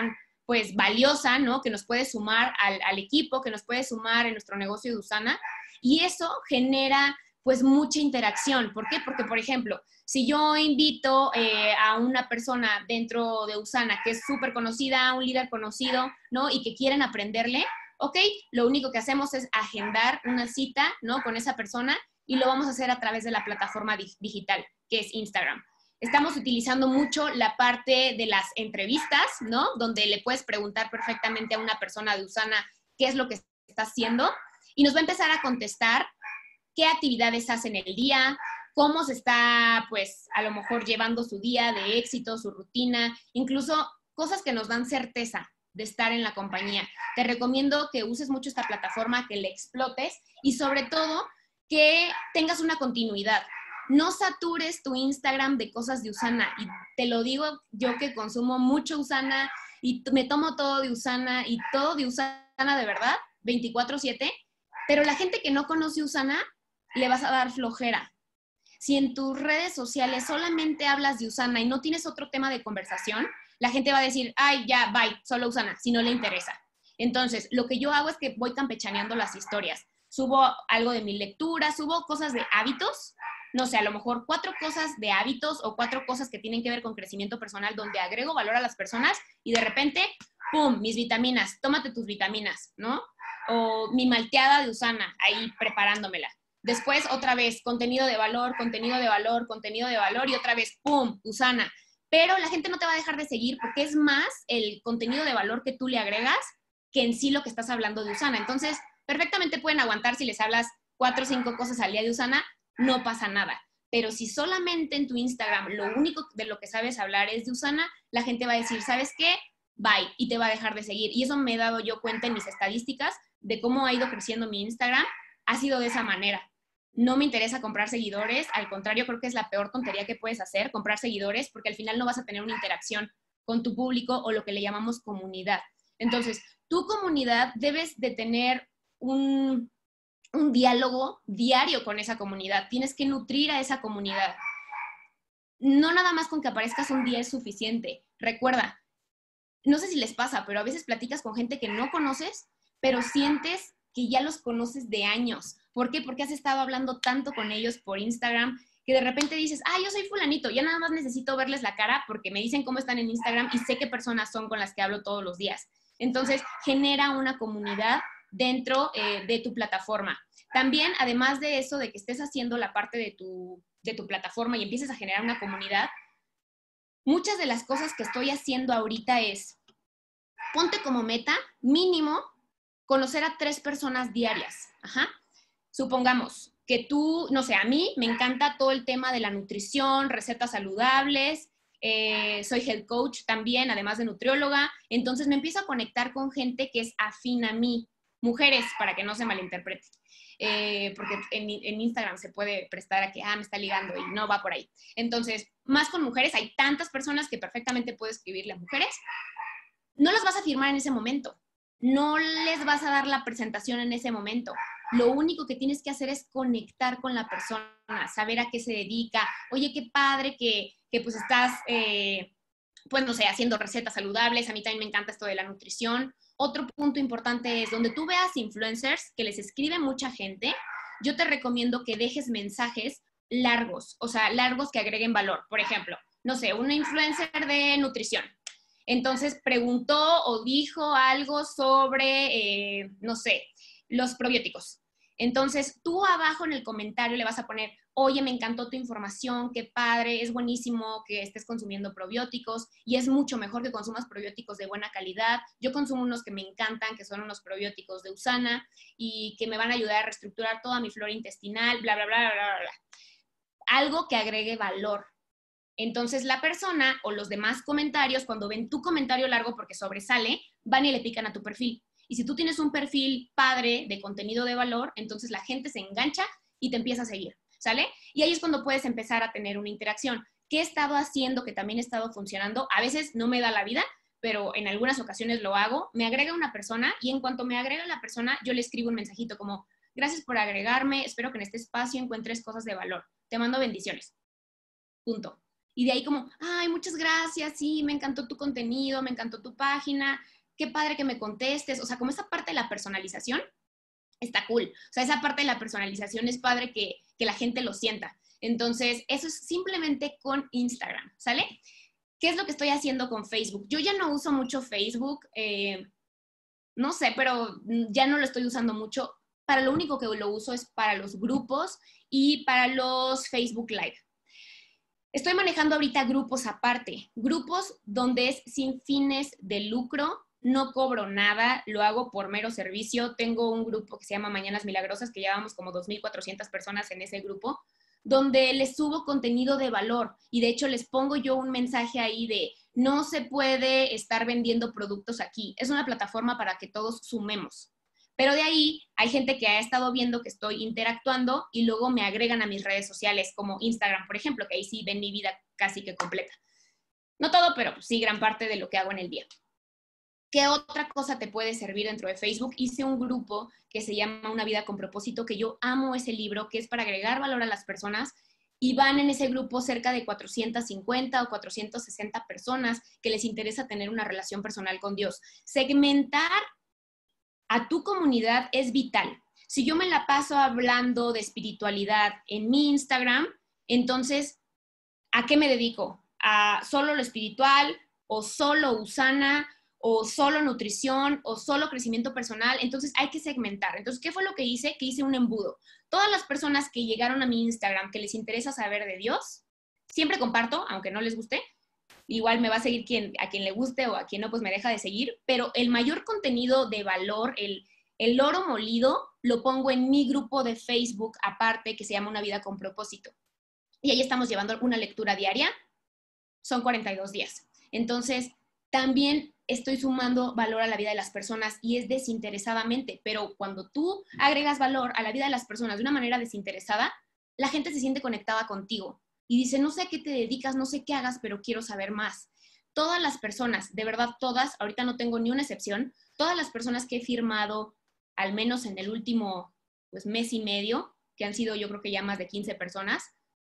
pues valiosa, ¿no? Que nos puede sumar al, al equipo, que nos puede sumar en nuestro negocio de Usana, y eso genera pues mucha interacción. ¿Por qué? Porque, por ejemplo, si yo invito eh, a una persona dentro de Usana que es súper conocida, un líder conocido, ¿no? Y que quieren aprenderle, ok, lo único que hacemos es agendar una cita, ¿no? Con esa persona, y lo vamos a hacer a través de la plataforma dig- digital, que es Instagram. Estamos utilizando mucho la parte de las entrevistas, ¿no? Donde le puedes preguntar perfectamente a una persona de Usana qué es lo que está haciendo, y nos va a empezar a contestar qué actividades hace en el día, cómo se está, pues, a lo mejor llevando su día de éxito, su rutina, incluso cosas que nos dan certeza de estar en la compañía. Te recomiendo que uses mucho esta plataforma, que le explotes y sobre todo que tengas una continuidad. No satures tu Instagram de cosas de Usana, y te lo digo yo que consumo mucho Usana y me tomo todo de Usana y todo de Usana de verdad, veinticuatro siete, pero la gente que no conoce Usana le vas a dar flojera. Si en tus redes sociales solamente hablas de Usana y no tienes otro tema de conversación, la gente va a decir, ay, ya, bye, solo Usana, si no le interesa. Entonces, lo que yo hago es que voy campechaneando las historias. Subo algo de mi lectura, subo cosas de hábitos, no sé, a lo mejor cuatro cosas de hábitos o cuatro cosas que tienen que ver con crecimiento personal, donde agrego valor a las personas y de repente, ¡pum!, mis vitaminas, tómate tus vitaminas, ¿no? O mi malteada de Usana, ahí preparándomela. Después, otra vez, contenido de valor, contenido de valor, contenido de valor, y otra vez, ¡pum!, Usana. Pero la gente no te va a dejar de seguir porque es más el contenido de valor que tú le agregas que en sí lo que estás hablando de Usana. Entonces, perfectamente pueden aguantar si les hablas cuatro o cinco cosas al día de Usana, no pasa nada. Pero si solamente en tu Instagram lo único de lo que sabes hablar es de Usana, la gente va a decir, ¿sabes qué? Bye, y te va a dejar de seguir. Y eso me he dado yo cuenta en mis estadísticas de cómo ha ido creciendo mi Instagram. Ha sido de esa manera. No me interesa comprar seguidores, al contrario, creo que es la peor tontería que puedes hacer, comprar seguidores, porque al final no vas a tener una interacción con tu público o lo que le llamamos comunidad. Entonces, tu comunidad debes de tener un, un diálogo diario con esa comunidad. Tienes que nutrir a esa comunidad. No nada más con que aparezcas un día es suficiente. Recuerda, no sé si les pasa, pero a veces platicas con gente que no conoces, pero sientes que ya los conoces de años. ¿Por qué? Porque has estado hablando tanto con ellos por Instagram que de repente dices, ah, yo soy fulanito, ya nada más necesito verles la cara porque me dicen cómo están en Instagram y sé qué personas son con las que hablo todos los días. Entonces, genera una comunidad dentro eh, de tu plataforma. También, además de eso, de que estés haciendo la parte de tu, de tu plataforma y empieces a generar una comunidad, muchas de las cosas que estoy haciendo ahorita es, ponte como meta mínimo conocer a tres personas diarias. Ajá. Supongamos que tú, no sé, a mí me encanta todo el tema de la nutrición, recetas saludables, eh, soy health coach también, además de nutrióloga, entonces me empiezo a conectar con gente que es afín a mí, mujeres, para que no se malinterprete, eh, porque en, en Instagram se puede prestar a que, ah, me está ligando y no va por ahí. Entonces, más con mujeres, hay tantas personas que perfectamente puedo escribirle a mujeres. No las vas a firmar en ese momento, no les vas a dar la presentación en ese momento. Lo único que tienes que hacer es conectar con la persona, saber a qué se dedica. Oye, qué padre que, que pues estás, eh, pues no sé, haciendo recetas saludables. A mí también me encanta esto de la nutrición. Otro punto importante es donde tú veas influencers que les escribe mucha gente, yo te recomiendo que dejes mensajes largos, o sea, largos que agreguen valor. Por ejemplo, no sé, una influencer de nutrición. Entonces preguntó o dijo algo sobre, eh, no sé, los probióticos. Entonces, tú abajo en el comentario le vas a poner, oye, me encantó tu información, qué padre, es buenísimo que estés consumiendo probióticos y es mucho mejor que consumas probióticos de buena calidad. Yo consumo unos que me encantan, que son unos probióticos de Usana y que me van a ayudar a reestructurar toda mi flora intestinal, bla, bla, bla, bla, bla, bla. Algo que agregue valor. Entonces, la persona o los demás comentarios, cuando ven tu comentario largo porque sobresale, van y le pican a tu perfil. Y si tú tienes un perfil padre de contenido de valor, entonces la gente se engancha y te empieza a seguir, ¿sale? Y ahí es cuando puedes empezar a tener una interacción. ¿Qué he estado haciendo que también he estado funcionando? A veces no me da la vida, pero en algunas ocasiones lo hago. Me agrega una persona y en cuanto me agrega la persona, yo le escribo un mensajito como, gracias por agregarme, espero que en este espacio encuentres cosas de valor. Te mando bendiciones. Punto. Y de ahí como, ay, muchas gracias, sí, me encantó tu contenido, me encantó tu página, qué padre que me contestes, o sea, como esa parte de la personalización está cool. O sea, esa parte de la personalización es padre que, que la gente lo sienta. Entonces, eso es simplemente con Instagram, ¿sale? ¿Qué es lo que estoy haciendo con Facebook? Yo ya no uso mucho Facebook, eh, no sé, pero ya no lo estoy usando mucho. Para lo único que lo uso es para los grupos y para los Facebook Live. Estoy manejando ahorita grupos aparte, grupos donde es sin fines de lucro, no cobro nada, lo hago por mero servicio. Tengo un grupo que se llama Mañanas Milagrosas, que llevamos como dos mil cuatrocientas personas en ese grupo, donde les subo contenido de valor y de hecho les pongo yo un mensaje ahí de no se puede estar vendiendo productos aquí, es una plataforma para que todos sumemos. Pero de ahí hay gente que ha estado viendo que estoy interactuando y luego me agregan a mis redes sociales como Instagram, por ejemplo, que ahí sí ven mi vida casi que completa. No todo, pero sí gran parte de lo que hago en el día. ¿Qué otra cosa te puede servir dentro de Facebook? Hice un grupo que se llama Una Vida con Propósito, que yo amo ese libro, que es para agregar valor a las personas, y van en ese grupo cerca de cuatrocientas cincuenta o cuatrocientas sesenta personas que les interesa tener una relación personal con Dios. Segmentar a tu comunidad es vital. Si yo me la paso hablando de espiritualidad en mi Instagram, entonces, ¿a qué me dedico? ¿A solo lo espiritual o solo Usana o solo nutrición o solo crecimiento personal? Entonces hay que segmentar. Entonces, ¿qué fue lo que hice? Que hice un embudo. Todas las personas que llegaron a mi Instagram que les interesa saber de Dios, siempre comparto, aunque no les guste. Igual me va a seguir quien, a quien le guste o a quien no, pues me deja de seguir, pero el mayor contenido de valor, el, el oro molido, lo pongo en mi grupo de Facebook aparte que se llama Una Vida con Propósito. Y ahí estamos llevando una lectura diaria, son cuarenta y dos días. Entonces, también estoy sumando valor a la vida de las personas y es desinteresadamente, pero cuando tú agregas valor a la vida de las personas de una manera desinteresada, la gente se siente conectada contigo. Y dice, no sé a qué te dedicas, no sé qué hagas, pero quiero saber más. Todas las personas, de verdad todas, ahorita no tengo ni una excepción, todas las personas que he firmado, al menos en el último pues, mes y medio, que han sido yo creo que ya más de quince personas,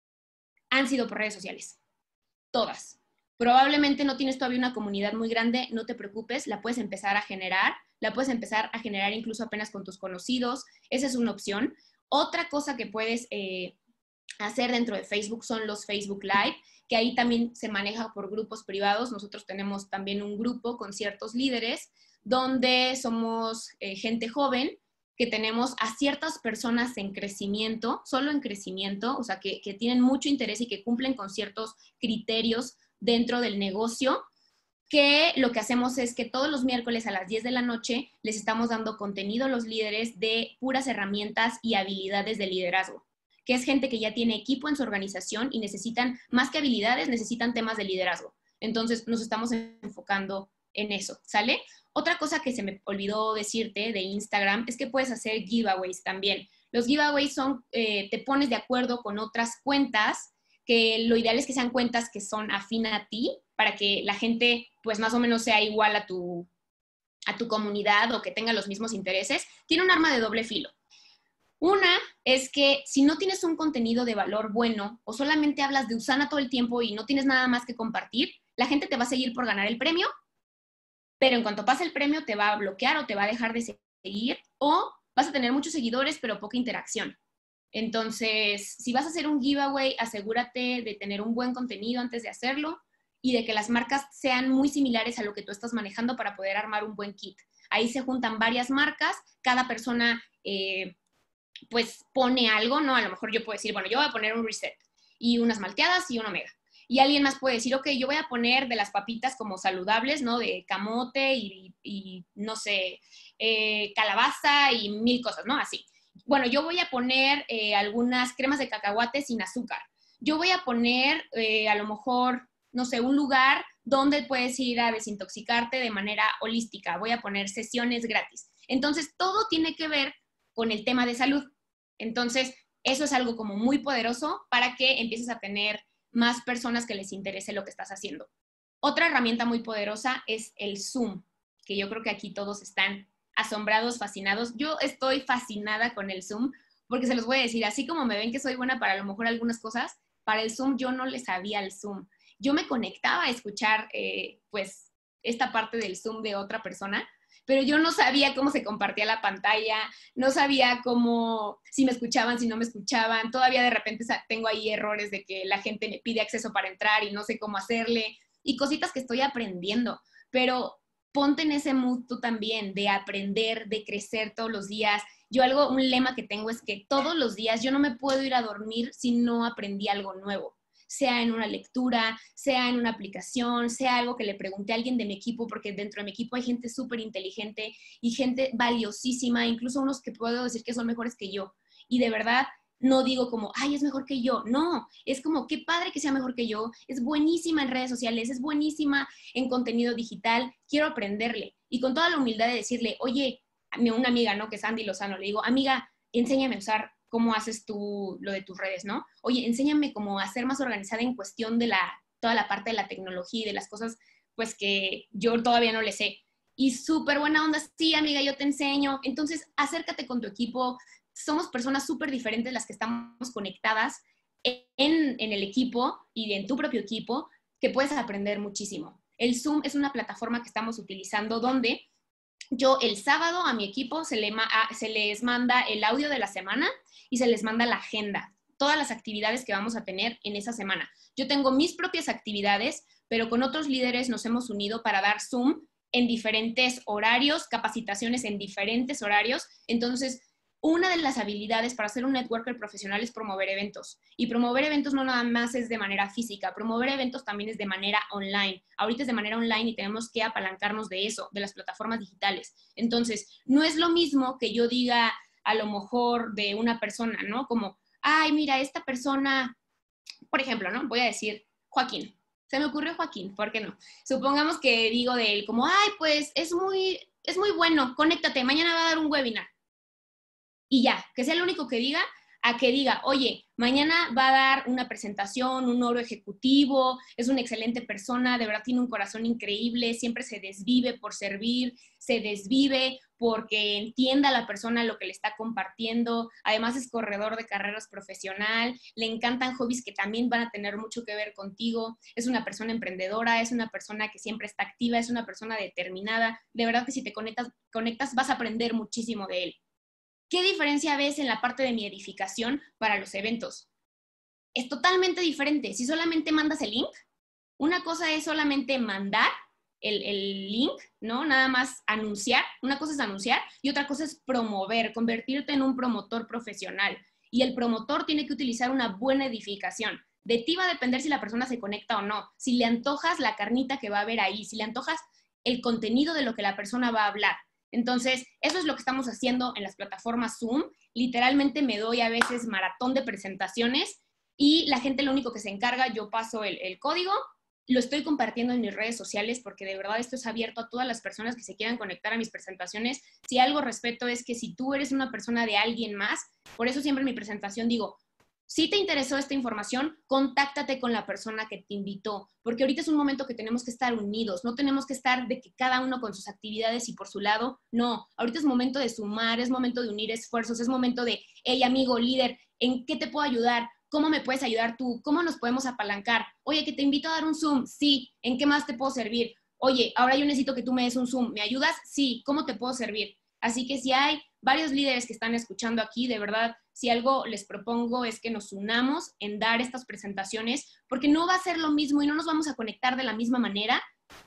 han sido por redes sociales. Todas. Probablemente no tienes todavía una comunidad muy grande, no te preocupes, la puedes empezar a generar, la puedes empezar a generar incluso apenas con tus conocidos, esa es una opción. Otra cosa que puedes... Eh, hacer dentro de Facebook son los Facebook Live, que ahí también se maneja por grupos privados. Nosotros tenemos también un grupo con ciertos líderes donde somos eh, gente joven que tenemos a ciertas personas en crecimiento, solo en crecimiento, o sea, que, que tienen mucho interés y que cumplen con ciertos criterios dentro del negocio, que lo que hacemos es que todos los miércoles a las diez de la noche les estamos dando contenido a los líderes de puras herramientas y habilidades de liderazgo, que es gente que ya tiene equipo en su organización y necesitan, más que habilidades, necesitan temas de liderazgo. Entonces, nos estamos enfocando en eso, ¿sale? Otra cosa que se me olvidó decirte de Instagram es que puedes hacer giveaways también. Los giveaways son, eh, te pones de acuerdo con otras cuentas, que lo ideal es que sean cuentas que son afín a ti, para que la gente, pues, más o menos sea igual a tu, a tu comunidad o que tenga los mismos intereses. Tiene un arma de doble filo. Una es que si no tienes un contenido de valor bueno o solamente hablas de Usana todo el tiempo y no tienes nada más que compartir, la gente te va a seguir por ganar el premio, pero en cuanto pase el premio te va a bloquear o te va a dejar de seguir o vas a tener muchos seguidores pero poca interacción. Entonces, si vas a hacer un giveaway, asegúrate de tener un buen contenido antes de hacerlo y de que las marcas sean muy similares a lo que tú estás manejando para poder armar un buen kit. Ahí se juntan varias marcas, cada persona... Eh, pues pone algo, ¿no? A lo mejor yo puedo decir, bueno, yo voy a poner un reset y unas malteadas y un omega. Y alguien más puede decir, ok, yo voy a poner de las papitas como saludables, ¿no? De camote y, y no sé, eh, calabaza y mil cosas, ¿no? Así. Bueno, yo voy a poner eh, algunas cremas de cacahuate sin azúcar. Yo voy a poner eh, a lo mejor, no sé, un lugar donde puedes ir a desintoxicarte de manera holística. Voy a poner sesiones gratis. Entonces, todo tiene que ver con el tema de salud. Entonces, eso es algo como muy poderoso para que empieces a tener más personas que les interese lo que estás haciendo. Otra herramienta muy poderosa es el Zoom, que yo creo que aquí todos están asombrados, fascinados. Yo estoy fascinada con el Zoom, porque se los voy a decir, así como me ven que soy buena para a lo mejor algunas cosas, para el Zoom yo no le sabía el Zoom. Yo me conectaba a escuchar, eh, pues, esta parte del Zoom de otra persona, pero yo no sabía cómo se compartía la pantalla, no sabía cómo, si me escuchaban, si no me escuchaban. Todavía de repente tengo ahí errores de que la gente me pide acceso para entrar y no sé cómo hacerle, y cositas que estoy aprendiendo. Pero ponte en ese mood tú también, de aprender, de crecer todos los días. Yo algo, un lema que tengo es que todos los días yo no me puedo ir a dormir si no aprendí algo nuevo. Sea en una lectura, sea en una aplicación, sea algo que le pregunté a alguien de mi equipo, porque dentro de mi equipo hay gente súper inteligente y gente valiosísima, incluso unos que puedo decir que son mejores que yo. Y de verdad, no digo como, ay, es mejor que yo. No, es como, qué padre que sea mejor que yo. Es buenísima en redes sociales, es buenísima en contenido digital. Quiero aprenderle. Y con toda la humildad de decirle, oye, a una amiga, ¿no? Que es Andy Lozano, le digo, amiga, enséñame a usar cómo haces tú lo de tus redes, ¿no? Oye, enséñame cómo a ser más organizada en cuestión de la, toda la parte de la tecnología y de las cosas, pues, que yo todavía no le sé. Y súper buena onda, sí, amiga, yo te enseño. Entonces, acércate con tu equipo. Somos personas súper diferentes las que estamos conectadas en, en el equipo y en tu propio equipo, que puedes aprender muchísimo. El Zoom es una plataforma que estamos utilizando donde yo el sábado a mi equipo se, le ma se les manda el audio de la semana y se les manda la agenda, todas las actividades que vamos a tener en esa semana. Yo tengo mis propias actividades, pero con otros líderes nos hemos unido para dar Zoom en diferentes horarios, capacitaciones en diferentes horarios. Entonces, una de las habilidades para ser un networker profesional es promover eventos. Y promover eventos no nada más es de manera física, promover eventos también es de manera online. Ahorita es de manera online y tenemos que apalancarnos de eso, de las plataformas digitales. Entonces, no es lo mismo que yo diga a lo mejor de una persona, ¿no? Como, ay, mira, esta persona, por ejemplo, ¿no? Voy a decir Joaquín. Se me ocurrió Joaquín, ¿por qué no? Supongamos que digo de él como, ay, pues es muy, es muy bueno, conéctate, mañana va a dar un webinar. Y ya, que sea lo único que diga, a que diga, oye, mañana va a dar una presentación, un oro ejecutivo, es una excelente persona, de verdad tiene un corazón increíble, siempre se desvive por servir, se desvive porque entienda a la persona lo que le está compartiendo, además es corredor de carreras profesional, le encantan hobbies que también van a tener mucho que ver contigo, es una persona emprendedora, es una persona que siempre está activa, es una persona determinada, de verdad que si te conectas, conectas vas a aprender muchísimo de él. ¿Qué diferencia ves en la parte de mi edificación para los eventos? Es totalmente diferente. Si solamente mandas el link, una cosa es solamente mandar el, el link, ¿no? Nada más anunciar. Una cosa es anunciar y otra cosa es promover, convertirte en un promotor profesional. Y el promotor tiene que utilizar una buena edificación. De ti va a depender si la persona se conecta o no. Si le antojas la carnita que va a haber ahí, si le antojas el contenido de lo que la persona va a hablar. Entonces, eso es lo que estamos haciendo en las plataformas Zoom. Literalmente me doy a veces maratón de presentaciones y la gente lo único que se encarga, yo paso el, el código, lo estoy compartiendo en mis redes sociales porque de verdad esto es abierto a todas las personas que se quieran conectar a mis presentaciones. Si algo respeto es que si tú eres una persona de alguien más, por eso siempre en mi presentación digo, si te interesó esta información, contáctate con la persona que te invitó, porque ahorita es un momento que tenemos que estar unidos, no tenemos que estar de que cada uno con sus actividades y por su lado, no, ahorita es momento de sumar, es momento de unir esfuerzos, es momento de, hey amigo, líder, ¿en qué te puedo ayudar? ¿Cómo me puedes ayudar tú? ¿Cómo nos podemos apalancar? Oye, que te invito a dar un Zoom, sí, ¿en qué más te puedo servir? Oye, ahora yo necesito que tú me des un Zoom, ¿me ayudas? Sí, ¿cómo te puedo servir? Así que si hay varios líderes que están escuchando aquí, de verdad, si algo les propongo es que nos unamos en dar estas presentaciones, porque no va a ser lo mismo y no nos vamos a conectar de la misma manera.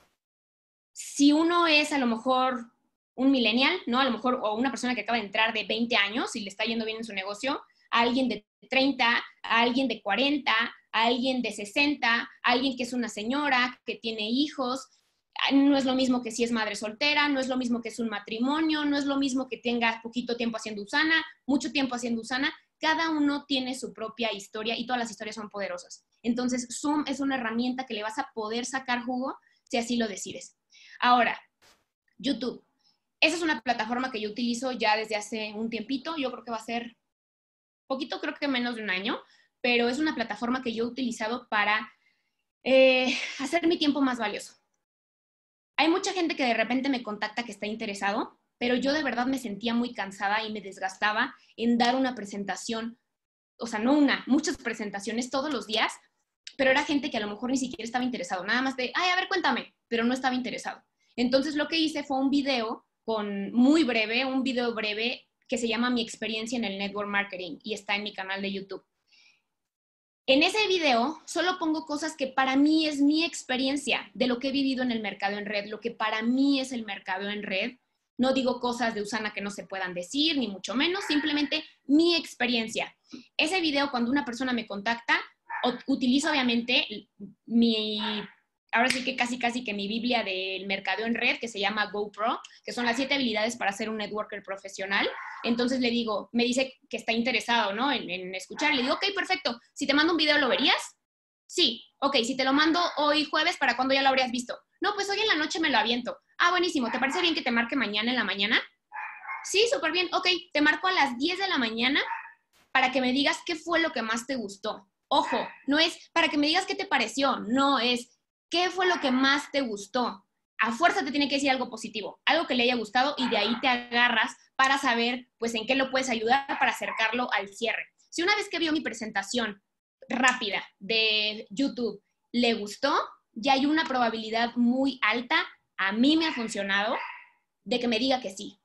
Si uno es a lo mejor un millennial, ¿no? A lo mejor, o una persona que acaba de entrar de veinte años y le está yendo bien en su negocio, a alguien de treinta, a alguien de cuarenta, a alguien de sesenta, a alguien que es una señora, que tiene hijos. No es lo mismo que si es madre soltera, no es lo mismo que es un matrimonio, no es lo mismo que tenga poquito tiempo haciendo Usana, mucho tiempo haciendo Usana. Cada uno tiene su propia historia y todas las historias son poderosas. Entonces, Zoom es una herramienta que le vas a poder sacar jugo si así lo decides. Ahora, YouTube. Esa es una plataforma que yo utilizo ya desde hace un tiempito. Yo creo que va a ser poquito, creo que menos de un año, pero es una plataforma que yo he utilizado para eh, hacer mi tiempo más valioso. Hay mucha gente que de repente me contacta que está interesado, pero yo de verdad me sentía muy cansada y me desgastaba en dar una presentación, o sea, no una, muchas presentaciones todos los días, pero era gente que a lo mejor ni siquiera estaba interesado, nada más de, ay, a ver, cuéntame. pero no estaba interesado. Entonces lo que hice fue un video con, muy breve, un video breve que se llama Mi experiencia en el network marketing y está en mi canal de YouTube. En ese video solo pongo cosas que para mí es mi experiencia de lo que he vivido en el mercado en red, lo que para mí es el mercado en red. No digo cosas de Usana que no se puedan decir, ni mucho menos, simplemente mi experiencia. Ese video, cuando una persona me contacta, utilizo obviamente mi, ahora sí que casi casi que mi Biblia del mercadeo en red, que se llama GoPro, que son las siete habilidades para ser un networker profesional. Entonces le digo, me dice que está interesado, ¿no? En, en escuchar. Le digo, ok, perfecto. Si te mando un video, ¿lo verías? Sí. Ok, si te lo mando hoy jueves, ¿para cuándo ya lo habrías visto? No, pues hoy en la noche me lo aviento. Ah, buenísimo. ¿Te parece bien que te marque mañana en la mañana? Sí, súper bien. Ok, te marco a las diez de la mañana para que me digas qué fue lo que más te gustó. Ojo, no es para que me digas qué te pareció, no es qué fue lo que más te gustó. A fuerza te tiene que decir algo positivo, algo que le haya gustado y de ahí te agarras para saber pues en qué lo puedes ayudar para acercarlo al cierre. Si una vez que vio mi presentación rápida de YouTube le gustó, ya hay una probabilidad muy alta, a mí me ha funcionado, de que me diga que sí.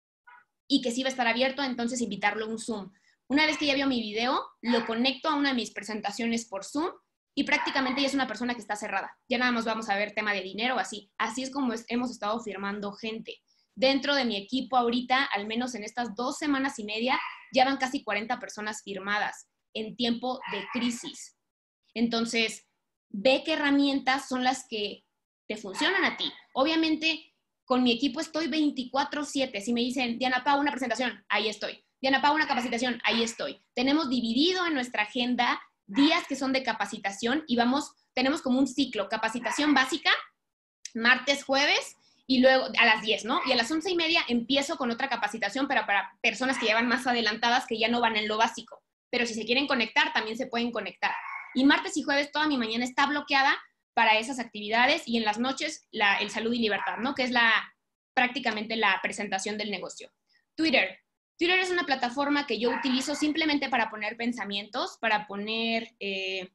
Y que sí va a estar abierto, entonces invitarlo a un Zoom. Una vez que ya vio mi video, lo conecto a una de mis presentaciones por Zoom y prácticamente ya es una persona que está cerrada. Ya nada más vamos a ver tema de dinero, así. Así es como es, hemos estado firmando gente. Dentro de mi equipo ahorita, al menos en estas dos semanas y media, ya van casi cuarenta personas firmadas en tiempo de crisis. Entonces, ve qué herramientas son las que te funcionan a ti. Obviamente, con mi equipo estoy veinticuatro siete. Si me dicen, Diana Pau, una presentación, ahí estoy. Diana Pau, una capacitación, ahí estoy. Tenemos dividido en nuestra agenda días que son de capacitación y vamos, tenemos como un ciclo, capacitación básica, martes, jueves, y luego a las diez, ¿no? Y a las once y media empiezo con otra capacitación, pero para personas que ya van más adelantadas, que ya no van en lo básico. Pero si se quieren conectar, también se pueden conectar. Y martes y jueves toda mi mañana está bloqueada para esas actividades y en las noches la, el salud y libertad, ¿no? Que es la, prácticamente la presentación del negocio. Twitter. Twitter es una plataforma que yo utilizo simplemente para poner pensamientos, para poner eh,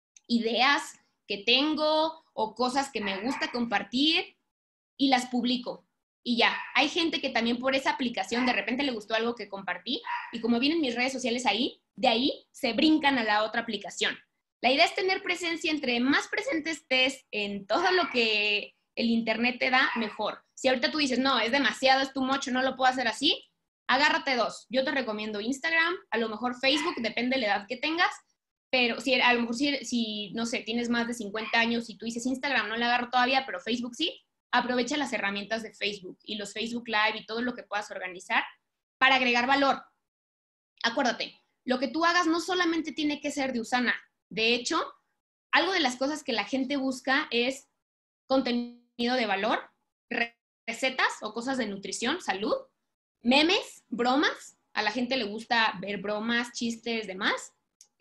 ideas que tengo o cosas que me gusta compartir y las publico. Y ya, hay gente que también por esa aplicación de repente le gustó algo que compartí y como vienen mis redes sociales ahí, de ahí se brincan a la otra aplicación. La idea es tener presencia, entre más presente estés en todo lo que el internet te da, mejor. Si ahorita tú dices, no, es demasiado, es too much, no lo puedo hacer así, agárrate dos. Yo te recomiendo Instagram, a lo mejor Facebook, depende de la edad que tengas, pero si a lo mejor si, si, no sé, tienes más de cincuenta años y tú dices Instagram, no le agarro todavía, pero Facebook sí, aprovecha las herramientas de Facebook y los Facebook Live y todo lo que puedas organizar para agregar valor. Acuérdate, lo que tú hagas no solamente tiene que ser de Usana. De hecho, algo de las cosas que la gente busca es contenido de valor, recetas o cosas de nutrición, salud, memes, bromas. A la gente le gusta ver bromas, chistes, demás.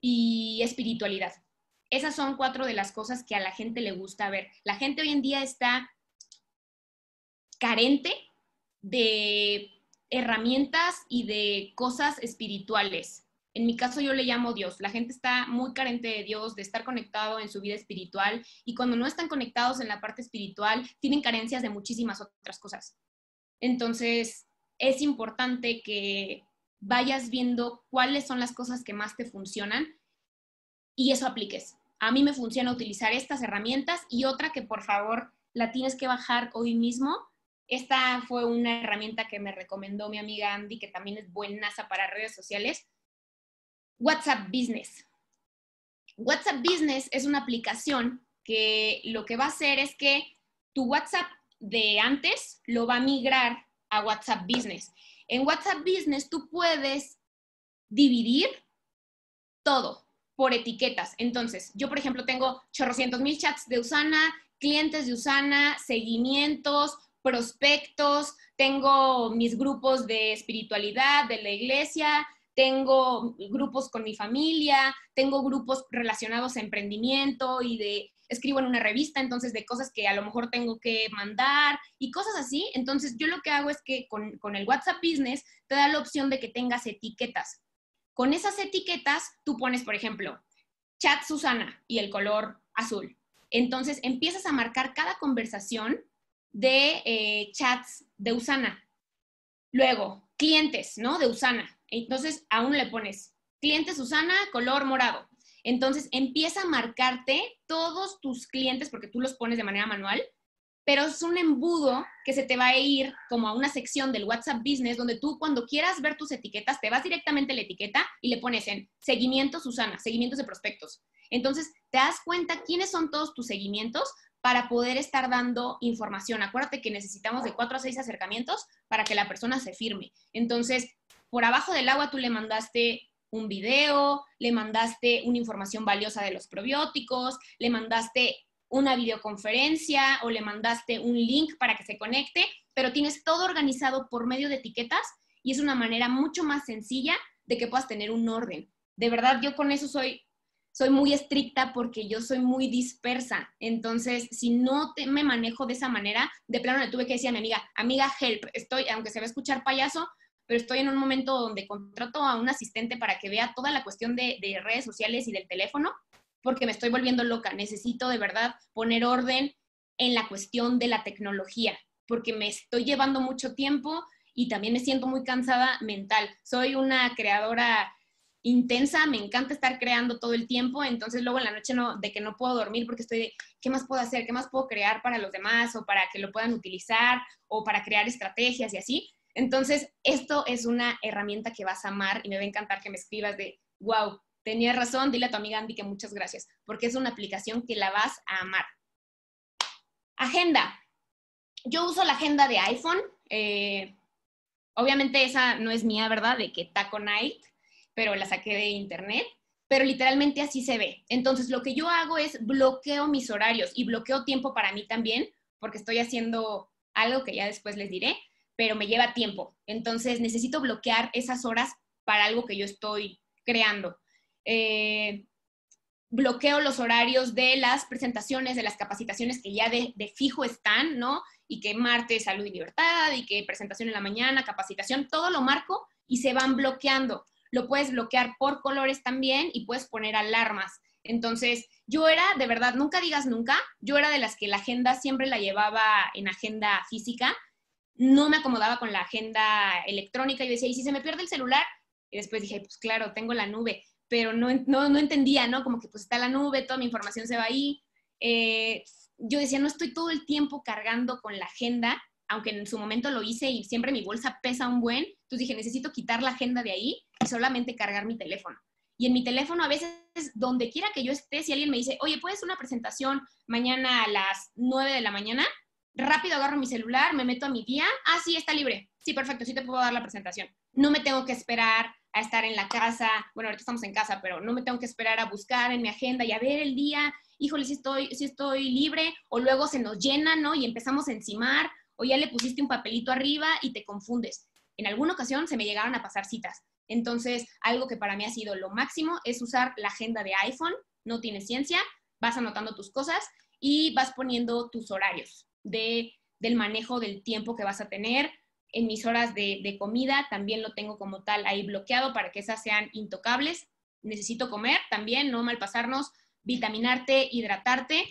Y espiritualidad. Esas son cuatro de las cosas que a la gente le gusta ver. La gente hoy en día está carente de herramientas y de cosas espirituales. En mi caso yo le llamo Dios. La gente está muy carente de Dios, de estar conectado en su vida espiritual y cuando no están conectados en la parte espiritual tienen carencias de muchísimas otras cosas. Entonces es importante que vayas viendo cuáles son las cosas que más te funcionan y eso apliques. A mí me funciona utilizar estas herramientas y otra que por favor la tienes que bajar hoy mismo. Esta fue una herramienta que me recomendó mi amiga Andy, que también es buenaza para redes sociales. WhatsApp Business. WhatsApp Business es una aplicación que lo que va a hacer es que tu WhatsApp de antes lo va a migrar a WhatsApp Business. En WhatsApp Business tú puedes dividir todo por etiquetas. Entonces, yo, por ejemplo, tengo chorrocientos mil chats de Usana, clientes de Usana, seguimientos, prospectos, tengo mis grupos de espiritualidad, de la iglesia, tengo grupos con mi familia, tengo grupos relacionados a emprendimiento y de, escribo en una revista, entonces de cosas que a lo mejor tengo que mandar y cosas así. Entonces yo lo que hago es que con, con el WhatsApp Business te da la opción de que tengas etiquetas. Con esas etiquetas tú pones, por ejemplo, chat Susana y el color azul. Entonces, empiezas a marcar cada conversación de eh, chats de Usana. Luego, clientes, ¿no? De Usana. Entonces, a uno le pones clientes Usana, color morado. Entonces, empieza a marcarte todos tus clientes, porque tú los pones de manera manual, pero es un embudo que se te va a ir como a una sección del WhatsApp Business, donde tú cuando quieras ver tus etiquetas, te vas directamente a la etiqueta y le pones en seguimientos Usana, seguimientos de prospectos. Entonces, te das cuenta quiénes son todos tus seguimientos para poder estar dando información. Acuérdate que necesitamos de cuatro a seis acercamientos para que la persona se firme. Entonces, por abajo del agua tú le mandaste un video, le mandaste una información valiosa de los probióticos, le mandaste una videoconferencia o le mandaste un link para que se conecte, pero tienes todo organizado por medio de etiquetas y es una manera mucho más sencilla de que puedas tener un orden. De verdad, yo con eso soy, soy muy estricta porque yo soy muy dispersa. Entonces, si no te, me manejo de esa manera, de plano le tuve que decir a mi amiga, amiga, help, estoy, aunque se va a escuchar payaso, pero estoy en un momento donde contrato a un asistente para que vea toda la cuestión de, de redes sociales y del teléfono, porque me estoy volviendo loca. Necesito de verdad poner orden en la cuestión de la tecnología, porque me estoy llevando mucho tiempo y también me siento muy cansada mental. Soy una creadora intensa, me encanta estar creando todo el tiempo, entonces luego en la noche no, de que no puedo dormir porque estoy de, ¿qué más puedo hacer? ¿Qué más puedo crear para los demás o para que lo puedan utilizar o para crear estrategias y así? Entonces, esto es una herramienta que vas a amar y me va a encantar que me escribas de, wow, tenías razón, dile a tu amiga Andy que muchas gracias, porque es una aplicación que la vas a amar. Agenda. Yo uso la agenda de iPhone. Eh, obviamente esa no es mía, ¿verdad? De que Taco Night, pero la saqué de internet. Pero literalmente así se ve. Entonces, lo que yo hago es bloqueo mis horarios y bloqueo tiempo para mí también, porque estoy haciendo algo que ya después les diré, pero me lleva tiempo. Entonces, necesito bloquear esas horas para algo que yo estoy creando. Eh, bloqueo los horarios de las presentaciones, de las capacitaciones que ya de, de fijo están, ¿no? Y que martes, salud y libertad, y que presentación en la mañana, capacitación, todo lo marco y se van bloqueando. Lo puedes bloquear por colores también y puedes poner alarmas. Entonces, yo era, de verdad, nunca digas nunca, yo era de las que la agenda siempre la llevaba en agenda física, no me acomodaba con la agenda electrónica. Yo decía, ¿y si se me pierde el celular? Y después dije, pues claro, tengo la nube, pero no, no, no entendía, ¿no? Como que pues está la nube, toda mi información se va ahí. Eh, yo decía, no estoy todo el tiempo cargando con la agenda, aunque en su momento lo hice y siempre mi bolsa pesa un buen. Entonces dije, necesito quitar la agenda de ahí y solamente cargar mi teléfono. Y en mi teléfono, a veces, donde quiera que yo esté, si alguien me dice, oye, ¿puedes una presentación mañana a las nueve de la mañana? Rápido agarro mi celular, me meto a mi día. Ah, sí, está libre. Sí, perfecto, sí te puedo dar la presentación. No me tengo que esperar a estar en la casa. Bueno, ahorita estamos en casa, pero no me tengo que esperar a buscar en mi agenda y a ver el día. Híjole, si estoy, si estoy libre. O luego se nos llena, ¿no? Y empezamos a encimar. O ya le pusiste un papelito arriba y te confundes. En alguna ocasión se me llegaron a pasar citas. Entonces, algo que para mí ha sido lo máximo es usar la agenda de iPhone. No tiene ciencia. Vas anotando tus cosas y vas poniendo tus horarios de, del manejo del tiempo que vas a tener. En mis horas de, de comida también lo tengo como tal ahí bloqueado para que esas sean intocables. Necesito comer también, no malpasarnos, vitaminarte, hidratarte.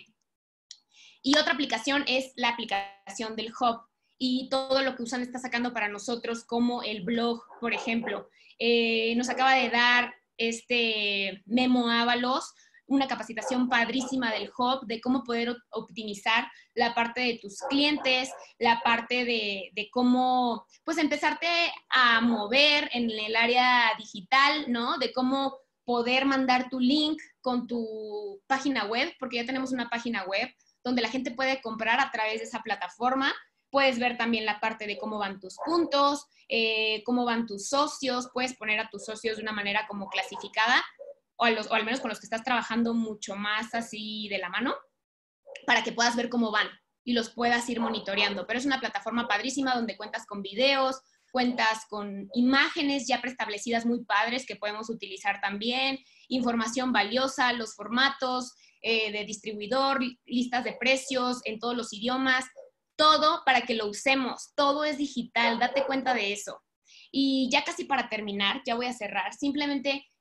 Y otra aplicación es la aplicación del Hub y todo lo que Usan está sacando para nosotros, como el blog, por ejemplo. Eh, nos acaba de dar este Memo Ábalos una capacitación padrísima del Hub de cómo poder optimizar la parte de tus clientes, la parte de, de cómo, pues, empezarte a mover en el área digital, ¿no? De cómo poder mandar tu link con tu página web, porque ya tenemos una página web donde la gente puede comprar a través de esa plataforma. Puedes ver también la parte de cómo van tus puntos, eh, cómo van tus socios. Puedes poner a tus socios de una manera como clasificada, o, a los, o al menos con los que estás trabajando mucho más así de la mano, para que puedas ver cómo van y los puedas ir monitoreando. Pero es una plataforma padrísima donde cuentas con videos, cuentas con imágenes ya preestablecidas muy padres que podemos utilizar también, información valiosa, los formatos eh, de distribuidor, listas de precios en todos los idiomas, todo para que lo usemos. Todo es digital, date cuenta de eso. Y ya casi para terminar, ya voy a cerrar, simplemente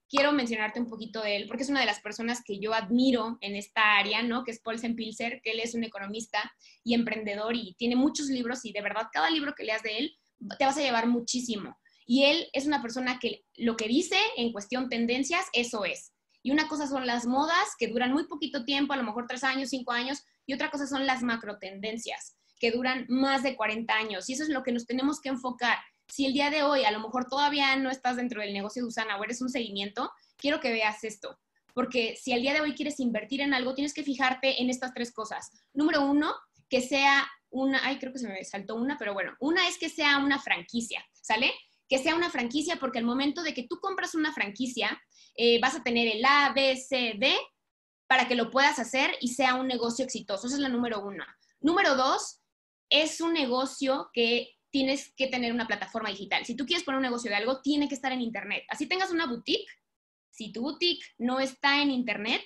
quiero mencionarte un poquito de él, porque es una de las personas que yo admiro en esta área, ¿no? Que es Paul Pilzer, que él es un economista y emprendedor y tiene muchos libros y de verdad cada libro que leas de él te vas a llevar muchísimo. Y él es una persona que lo que dice en cuestión tendencias, eso es. Y una cosa son las modas, que duran muy poquito tiempo, a lo mejor tres años, cinco años, y otra cosa son las macro tendencias, que duran más de cuarenta años. Y eso es lo que nos tenemos que enfocar. Si el día de hoy a lo mejor todavía no estás dentro del negocio de Usana o eres un seguimiento, quiero que veas esto. Porque si el día de hoy quieres invertir en algo, tienes que fijarte en estas tres cosas. Número uno, que sea una, ay, creo que se me saltó una, pero bueno, una es que sea una franquicia, ¿sale? Que sea una franquicia, porque al momento de que tú compras una franquicia, eh, vas a tener el A, B, C, D, para que lo puedas hacer y sea un negocio exitoso. Esa es la número uno. Número dos, es un negocio que tienes que tener una plataforma digital. Si tú quieres poner un negocio de algo, tiene que estar en internet. Así tengas una boutique, si tu boutique no está en internet,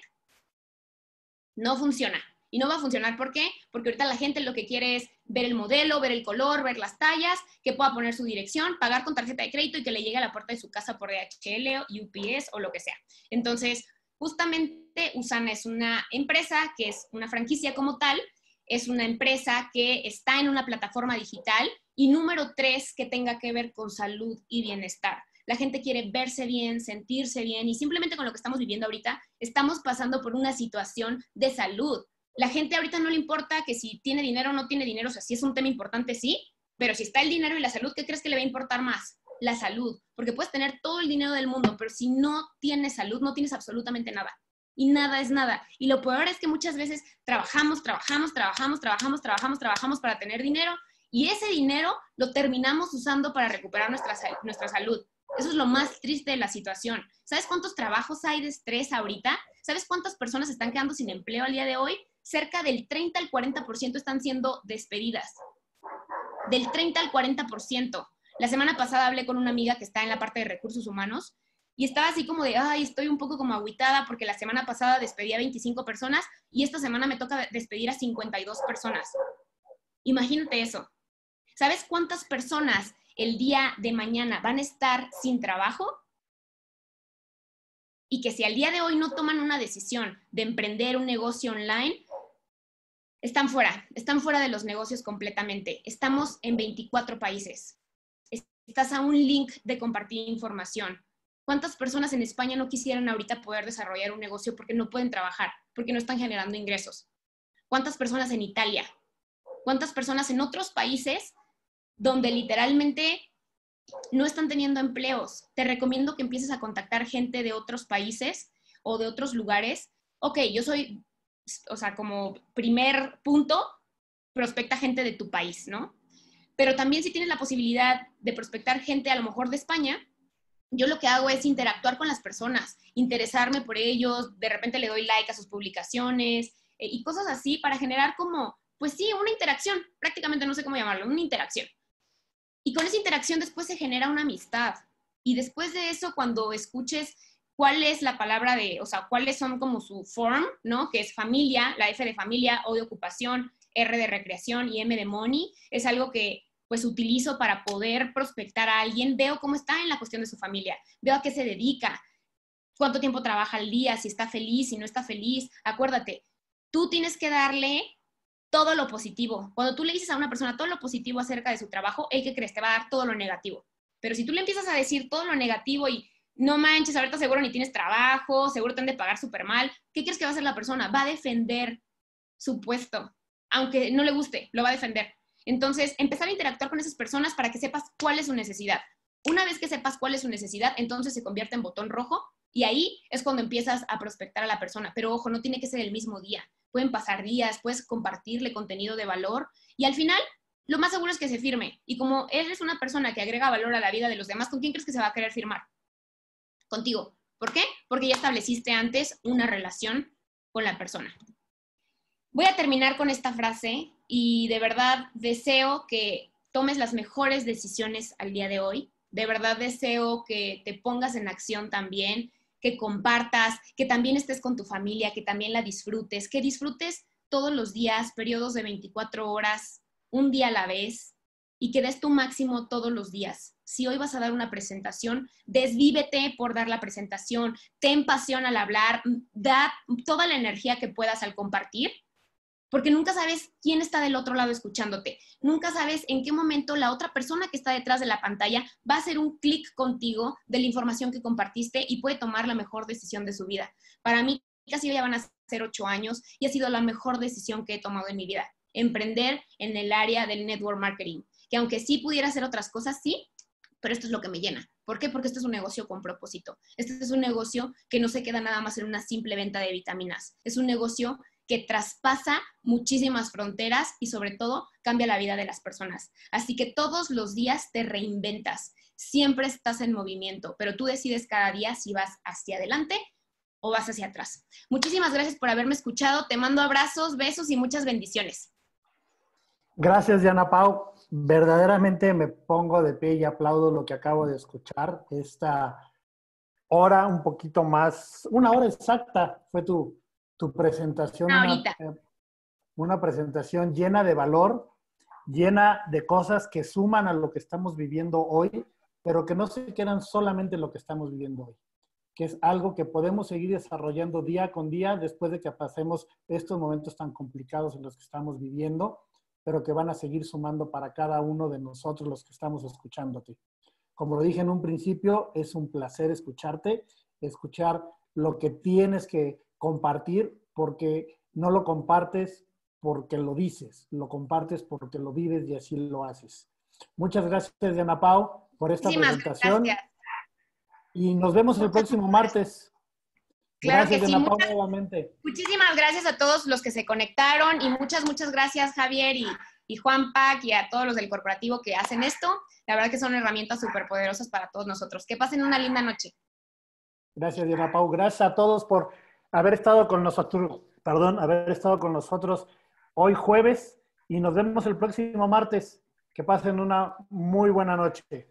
no funciona. Y no va a funcionar, ¿por qué? Porque ahorita la gente lo que quiere es ver el modelo, ver el color, ver las tallas, que pueda poner su dirección, pagar con tarjeta de crédito y que le llegue a la puerta de su casa por D H L o U P S o lo que sea. Entonces, justamente Usana es una empresa que es una franquicia como tal, es una empresa que está en una plataforma digital y número tres, que tenga que ver con salud y bienestar. La gente quiere verse bien, sentirse bien y simplemente con lo que estamos viviendo ahorita, estamos pasando por una situación de salud. La gente ahorita no le importa que si tiene dinero o no tiene dinero, o sea, sí es un tema importante, sí, pero si está el dinero y la salud, ¿qué crees que le va a importar más? La salud, porque puedes tener todo el dinero del mundo, pero si no tienes salud, no tienes absolutamente nada. Y nada es nada. Y lo peor es que muchas veces trabajamos, trabajamos, trabajamos, trabajamos, trabajamos, trabajamos para tener dinero y ese dinero lo terminamos usando para recuperar nuestra, nuestra salud. Eso es lo más triste de la situación. ¿Sabes cuántos trabajos hay de estrés ahorita? ¿Sabes cuántas personas están quedando sin empleo al día de hoy? Cerca del treinta al cuarenta por ciento están siendo despedidas. Del treinta al cuarenta por ciento. La semana pasada hablé con una amiga que está en la parte de recursos humanos y estaba así como de, ay, estoy un poco como agüitada porque la semana pasada despedí a veinticinco personas y esta semana me toca despedir a cincuenta y dos personas. Imagínate eso. ¿Sabes cuántas personas el día de mañana van a estar sin trabajo? Y que si al día de hoy no toman una decisión de emprender un negocio online, están fuera, están fuera de los negocios completamente. Estamos en veinticuatro países. Estás a un link de compartir información. ¿Cuántas personas en España no quisieran ahorita poder desarrollar un negocio porque no pueden trabajar, porque no están generando ingresos? ¿Cuántas personas en Italia? ¿Cuántas personas en otros países donde literalmente no están teniendo empleos? Te recomiendo que empieces a contactar gente de otros países o de otros lugares. Ok, yo soy, o sea, como primer punto, prospecta gente de tu país, ¿no? Pero también si tienes la posibilidad de prospectar gente a lo mejor de España, yo lo que hago es interactuar con las personas, interesarme por ellos, de repente le doy like a sus publicaciones eh, y cosas así para generar como, pues sí, una interacción, prácticamente no sé cómo llamarlo, una interacción. Y con esa interacción después se genera una amistad. Y después de eso, cuando escuches cuál es la palabra de, o sea, cuáles son como su form, ¿no? Que es familia, la F de familia, O de ocupación, R de recreación y M de money, es algo que pues utilizo para poder prospectar a alguien. Veo cómo está en la cuestión de su familia, veo a qué se dedica, cuánto tiempo trabaja al día, si está feliz, si no está feliz. Acuérdate, tú tienes que darle todo lo positivo. Cuando tú le dices a una persona todo lo positivo acerca de su trabajo, ¿el que crees? Te va a dar todo lo negativo. Pero si tú le empiezas a decir todo lo negativo y no manches, ahorita seguro ni tienes trabajo, seguro te han de pagar súper mal, ¿qué crees que va a hacer la persona? Va a defender su puesto, aunque no le guste, lo va a defender. Entonces, empezar a interactuar con esas personas para que sepas cuál es su necesidad. Una vez que sepas cuál es su necesidad, entonces se convierte en botón rojo y ahí es cuando empiezas a prospectar a la persona. Pero ojo, no tiene que ser el mismo día. Pueden pasar días, puedes compartirle contenido de valor y al final lo más seguro es que se firme. Y como eres una persona que agrega valor a la vida de los demás, ¿con quién crees que se va a querer firmar? Contigo. ¿Por qué? Porque ya estableciste antes una relación con la persona. Voy a terminar con esta frase y de verdad deseo que tomes las mejores decisiones al día de hoy. De verdad deseo que te pongas en acción también, que compartas, que también estés con tu familia, que también la disfrutes, que disfrutes todos los días, periodos de veinticuatro horas, un día a la vez. y que des tu máximo todos los días. Si hoy vas a dar una presentación, desvívete por dar la presentación, ten pasión al hablar, da toda la energía que puedas al compartir, porque nunca sabes quién está del otro lado escuchándote. Nunca sabes en qué momento la otra persona que está detrás de la pantalla va a hacer un clic contigo de la información que compartiste y puede tomar la mejor decisión de su vida. Para mí, casi ya van a ser ocho años y ha sido la mejor decisión que he tomado en mi vida. Emprender en el área del network marketing. Que aunque sí pudiera hacer otras cosas, sí, pero esto es lo que me llena. ¿Por qué? Porque esto es un negocio con propósito. Este es un negocio que no se queda nada más en una simple venta de vitaminas. Es un negocio que traspasa muchísimas fronteras y sobre todo cambia la vida de las personas. Así que todos los días te reinventas. Siempre estás en movimiento, pero tú decides cada día si vas hacia adelante o vas hacia atrás. Muchísimas gracias por haberme escuchado. Te mando abrazos, besos y muchas bendiciones. Gracias, Diana Pau. Verdaderamente me pongo de pie y aplaudo lo que acabo de escuchar. Esta hora, un poquito más, una hora exacta fue tu, tu presentación. Una una, horita. una presentación llena de valor, llena de cosas que suman a lo que estamos viviendo hoy, pero que no se quedan solamente en lo que estamos viviendo hoy, que es algo que podemos seguir desarrollando día con día después de que pasemos estos momentos tan complicados en los que estamos viviendo, pero que van a seguir sumando para cada uno de nosotros los que estamos escuchándote. Como lo dije en un principio, es un placer escucharte, escuchar lo que tienes que compartir, porque no lo compartes porque lo dices, lo compartes porque lo vives y así lo haces. Muchas gracias, Diana Pau, por esta Muchísimas presentación. Gracias. Y nos vemos el próximo martes. Claro Gracias, que sí. Diana Pau, Muchas, nuevamente. muchísimas gracias a todos los que se conectaron y muchas, muchas gracias, Javier y, y Juan Pac y a todos los del corporativo que hacen esto. La verdad que son herramientas súper poderosas para todos nosotros. Que pasen una linda noche. Gracias, Diana Pau. Gracias a todos por haber estado con nosotros, perdón, haber estado con nosotros hoy jueves y nos vemos el próximo martes. Que pasen una muy buena noche.